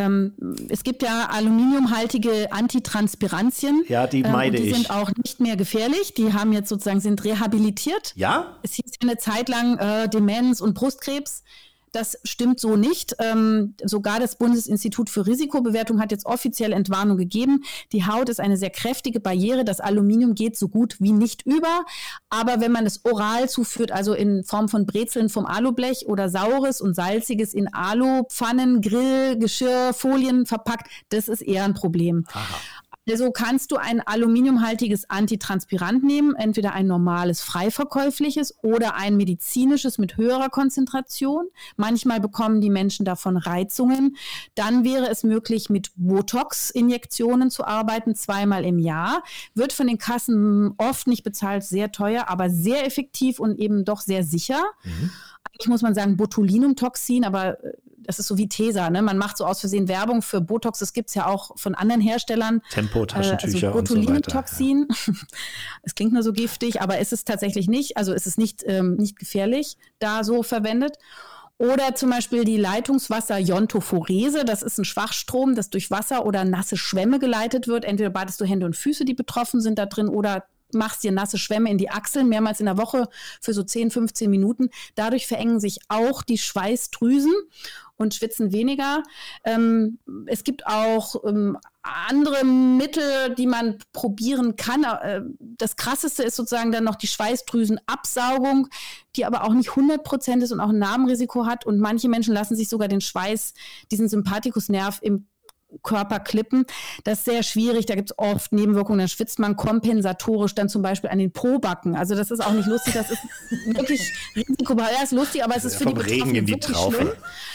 Es gibt ja aluminiumhaltige Antitranspirantien. Ja, die meide ich. Die sind auch nicht mehr gefährlich. Die haben jetzt sind rehabilitiert. Ja? Es hieß ja eine Zeit lang Demenz und Brustkrebs. Das stimmt so nicht. Sogar das Bundesinstitut für Risikobewertung hat jetzt offiziell Entwarnung gegeben. Die Haut ist eine sehr kräftige Barriere. Das Aluminium geht so gut wie nicht über. Aber wenn man es oral zuführt, also in Form von Brezeln vom Alublech oder Saures und Salziges in Alupfannen, Grill, Geschirr, Folien verpackt, das ist eher ein Problem. Aha. Also kannst du ein aluminiumhaltiges Antitranspirant nehmen, entweder ein normales, freiverkäufliches oder ein medizinisches mit höherer Konzentration. Manchmal bekommen die Menschen davon Reizungen. Dann wäre es möglich, mit Botox-Injektionen zu arbeiten, 2-mal im Jahr. Wird von den Kassen oft nicht bezahlt, sehr teuer, aber sehr effektiv und eben doch sehr sicher. Eigentlich muss man sagen Botulinumtoxin, aber das ist so wie Tesa, ne? Man macht so aus Versehen Werbung für Botox, das gibt es ja auch von anderen Herstellern. Tempo-Taschentücher also Botulinumtoxin. Es klingt nur so giftig, aber ist es tatsächlich nicht. Also ist es nicht gefährlich, da so verwendet. Oder zum Beispiel die Leitungswasser-Iontophorese. Das ist ein Schwachstrom, das durch Wasser oder nasse Schwämme geleitet wird. Entweder badest du Hände und Füße, die betroffen sind da drin, oder machst dir nasse Schwämme in die Achseln, mehrmals in der Woche für so 10, 15 Minuten. Dadurch verengen sich auch die Schweißdrüsen und schwitzen weniger. Es gibt auch andere Mittel, die man probieren kann. Das Krasseste ist sozusagen dann noch die Schweißdrüsenabsaugung, die aber auch nicht 100% ist und auch ein Narbenrisiko hat. Und manche Menschen lassen sich sogar den Schweiß, diesen Sympathikusnerv im Körper klippen. Das ist sehr schwierig, da gibt es oft Nebenwirkungen, dann schwitzt man kompensatorisch dann zum Beispiel an den Pobacken. Also das ist auch nicht lustig, das ist wirklich risikobehaftet. Ja, ist lustig, aber es ist für die Betroffenen wirklich schlimm.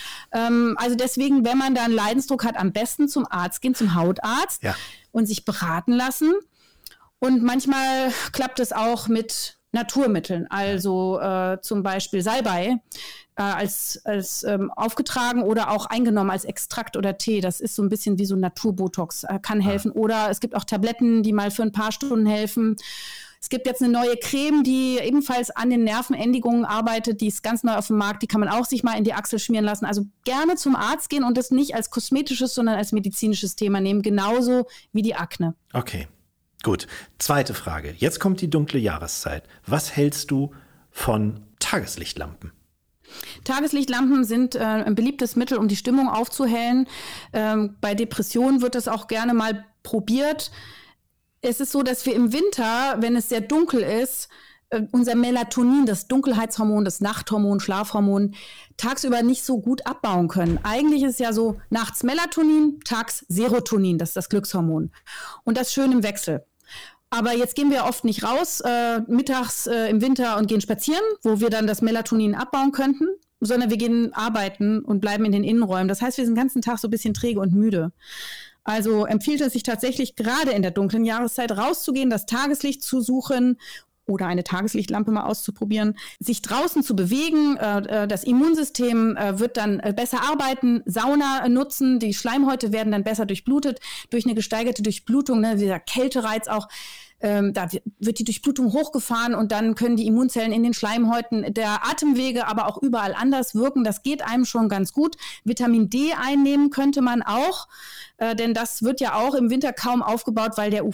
Also deswegen, wenn man da einen Leidensdruck hat, am besten zum Arzt gehen, zum Hautarzt und sich beraten lassen. Und manchmal klappt es auch mit Naturmitteln, also zum Beispiel Salbei als aufgetragen oder auch eingenommen als Extrakt oder Tee. Das ist so ein bisschen wie so ein Naturbotox, kann helfen. Oder es gibt auch Tabletten, die mal für ein paar Stunden helfen. Es gibt jetzt eine neue Creme, die ebenfalls an den Nervenendigungen arbeitet. Die ist ganz neu auf dem Markt. Die kann man auch sich mal in die Achsel schmieren lassen. Also gerne zum Arzt gehen und das nicht als kosmetisches, sondern als medizinisches Thema nehmen. Genauso wie die Akne. Okay, gut. Zweite Frage. Jetzt kommt die dunkle Jahreszeit. Was hältst du von Tageslichtlampen? Tageslichtlampen sind ein beliebtes Mittel, um die Stimmung aufzuhellen. Bei Depressionen wird das auch gerne mal probiert. Es ist so, dass wir im Winter, wenn es sehr dunkel ist, unser Melatonin, das Dunkelheitshormon, das Nachthormon, Schlafhormon, tagsüber nicht so gut abbauen können. Eigentlich ist es ja so, nachts Melatonin, tags Serotonin, das ist das Glückshormon. Und das schön im Wechsel. Aber jetzt gehen wir oft nicht raus, mittags im Winter und gehen spazieren, wo wir dann das Melatonin abbauen könnten, sondern wir gehen arbeiten und bleiben in den Innenräumen. Das heißt, wir sind den ganzen Tag so ein bisschen träge und müde. Also empfiehlt es sich tatsächlich gerade in der dunklen Jahreszeit rauszugehen, das Tageslicht zu suchen oder eine Tageslichtlampe mal auszuprobieren, sich draußen zu bewegen. Das Immunsystem wird dann besser arbeiten, Sauna nutzen, die Schleimhäute werden dann besser durchblutet durch eine gesteigerte Durchblutung, ne, dieser Kältereiz auch. Da wird die Durchblutung hochgefahren und dann können die Immunzellen in den Schleimhäuten der Atemwege, aber auch überall anders wirken. Das geht einem schon ganz gut. Vitamin D einnehmen könnte man auch, denn das wird ja auch im Winter kaum aufgebaut, weil der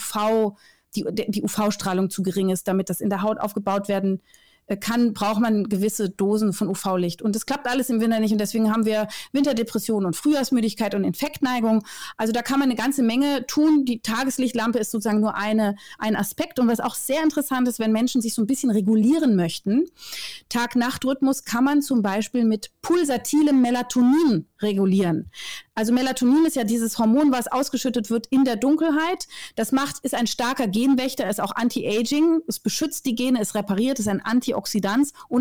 die UV-Strahlung zu gering ist. Damit das in der Haut aufgebaut werden kann, braucht man gewisse Dosen von UV-Licht. Und das klappt alles im Winter nicht und deswegen haben wir Winterdepressionen und Frühjahrsmüdigkeit und Infektneigung. Also da kann man eine ganze Menge tun. Die Tageslichtlampe ist sozusagen nur ein Aspekt. Und was auch sehr interessant ist, wenn Menschen sich so ein bisschen regulieren möchten, Tag-Nacht-Rhythmus kann man zum Beispiel mit pulsatilem Melatonin regulieren. Also Melatonin ist ja dieses Hormon, was ausgeschüttet wird in der Dunkelheit. Ist ein starker Genwächter, ist auch Anti-Aging, es beschützt die Gene, es repariert, ist ein Antioxidant und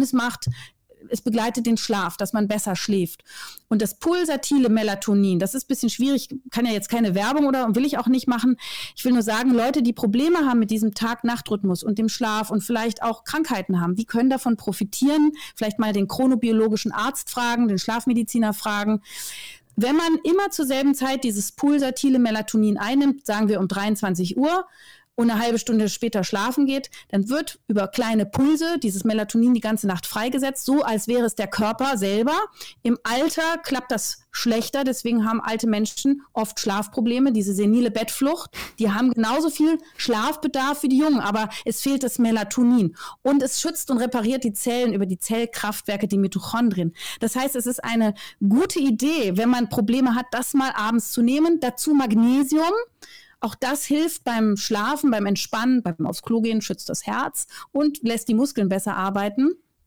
es begleitet den Schlaf, dass man besser schläft. Und das pulsatile Melatonin, das ist ein bisschen schwierig, kann ja jetzt keine Werbung und will ich auch nicht machen. Ich will nur sagen, Leute, die Probleme haben mit diesem Tag-Nacht-Rhythmus und dem Schlaf und vielleicht auch Krankheiten haben, die können davon profitieren. Vielleicht mal den chronobiologischen Arzt fragen, den Schlafmediziner fragen. Wenn man immer zur selben Zeit dieses pulsatile Melatonin einnimmt, sagen wir um 23 Uhr, und eine halbe Stunde später schlafen geht, dann wird über kleine Pulse dieses Melatonin die ganze Nacht freigesetzt, so als wäre es der Körper selber. Im Alter klappt das schlechter, deswegen haben alte Menschen oft Schlafprobleme, diese senile Bettflucht. Die haben genauso viel Schlafbedarf wie die Jungen, aber es fehlt das Melatonin. Und es schützt und repariert die Zellen über die Zellkraftwerke, die Mitochondrien. Das heißt, es ist eine gute Idee, wenn man Probleme hat, das mal abends zu nehmen. Dazu Magnesium. Auch das hilft beim Schlafen, beim Entspannen, beim aufs Klo gehen, schützt das Herz und lässt die Muskeln besser arbeiten.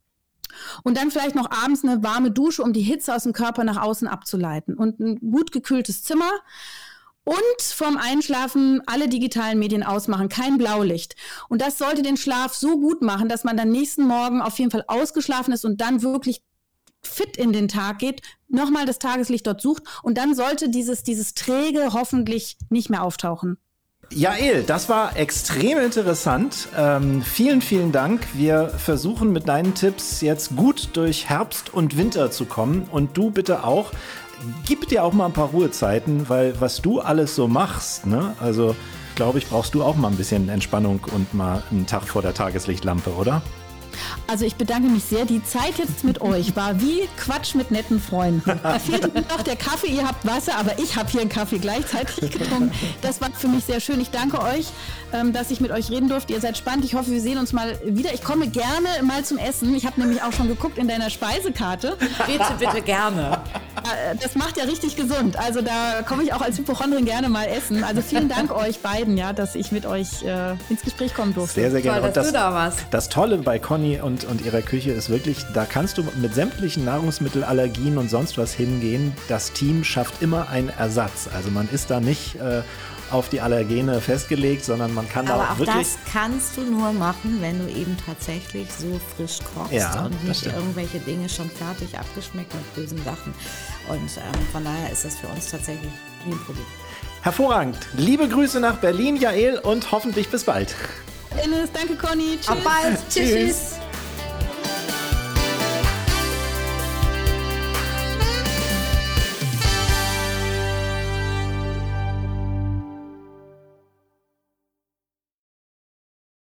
Und dann vielleicht noch abends eine warme Dusche, um die Hitze aus dem Körper nach außen abzuleiten. Und ein gut gekühltes Zimmer. Und vorm Einschlafen alle digitalen Medien ausmachen, kein Blaulicht. Und das sollte den Schlaf so gut machen, dass man dann nächsten Morgen auf jeden Fall ausgeschlafen ist und dann wirklich fit in den Tag geht, nochmal das Tageslicht dort sucht und dann sollte dieses Träge hoffentlich nicht mehr auftauchen. Jael, das war extrem interessant. Vielen, vielen Dank. Wir versuchen mit deinen Tipps jetzt gut durch Herbst und Winter zu kommen und du bitte auch. Gib dir auch mal ein paar Ruhezeiten, weil was du alles so machst, ne? Also glaube ich, brauchst du auch mal ein bisschen Entspannung und mal einen Tag vor der Tageslichtlampe, oder? Also ich bedanke mich sehr. Die Zeit jetzt mit euch war wie Quatsch mit netten Freunden. Da fehlt mir noch der Kaffee, ihr habt Wasser, aber ich habe hier einen Kaffee gleichzeitig getrunken. Das war für mich sehr schön. Ich danke euch, dass ich mit euch reden durfte. Ihr seid spannend. Ich hoffe, wir sehen uns mal wieder. Ich komme gerne mal zum Essen. Ich habe nämlich auch schon geguckt in deiner Speisekarte. Bitte gerne. Das macht ja richtig gesund. Also da komme ich auch als Hypochondrin gerne mal essen. Also vielen Dank euch beiden, ja, dass ich mit euch ins Gespräch kommen durfte. Sehr, sehr gerne. Toll, dass du da warst. Das Tolle bei Conny und ihrer Küche ist wirklich, da kannst du mit sämtlichen Nahrungsmittelallergien und sonst was hingehen. Das Team schafft immer einen Ersatz. Also man ist da nicht auf die Allergene festgelegt, sondern man kann aber da auch wirklich... das kannst du nur machen, wenn du eben tatsächlich so frisch kochst und nicht irgendwelche Dinge schon fertig abgeschmeckt mit bösen Sachen. Und von daher ist das für uns tatsächlich nie ein Problem. Hervorragend. Liebe Grüße nach Berlin, Jael, und hoffentlich bis bald. Danke, Conny. Tschüss. Auf bald. Tschüss.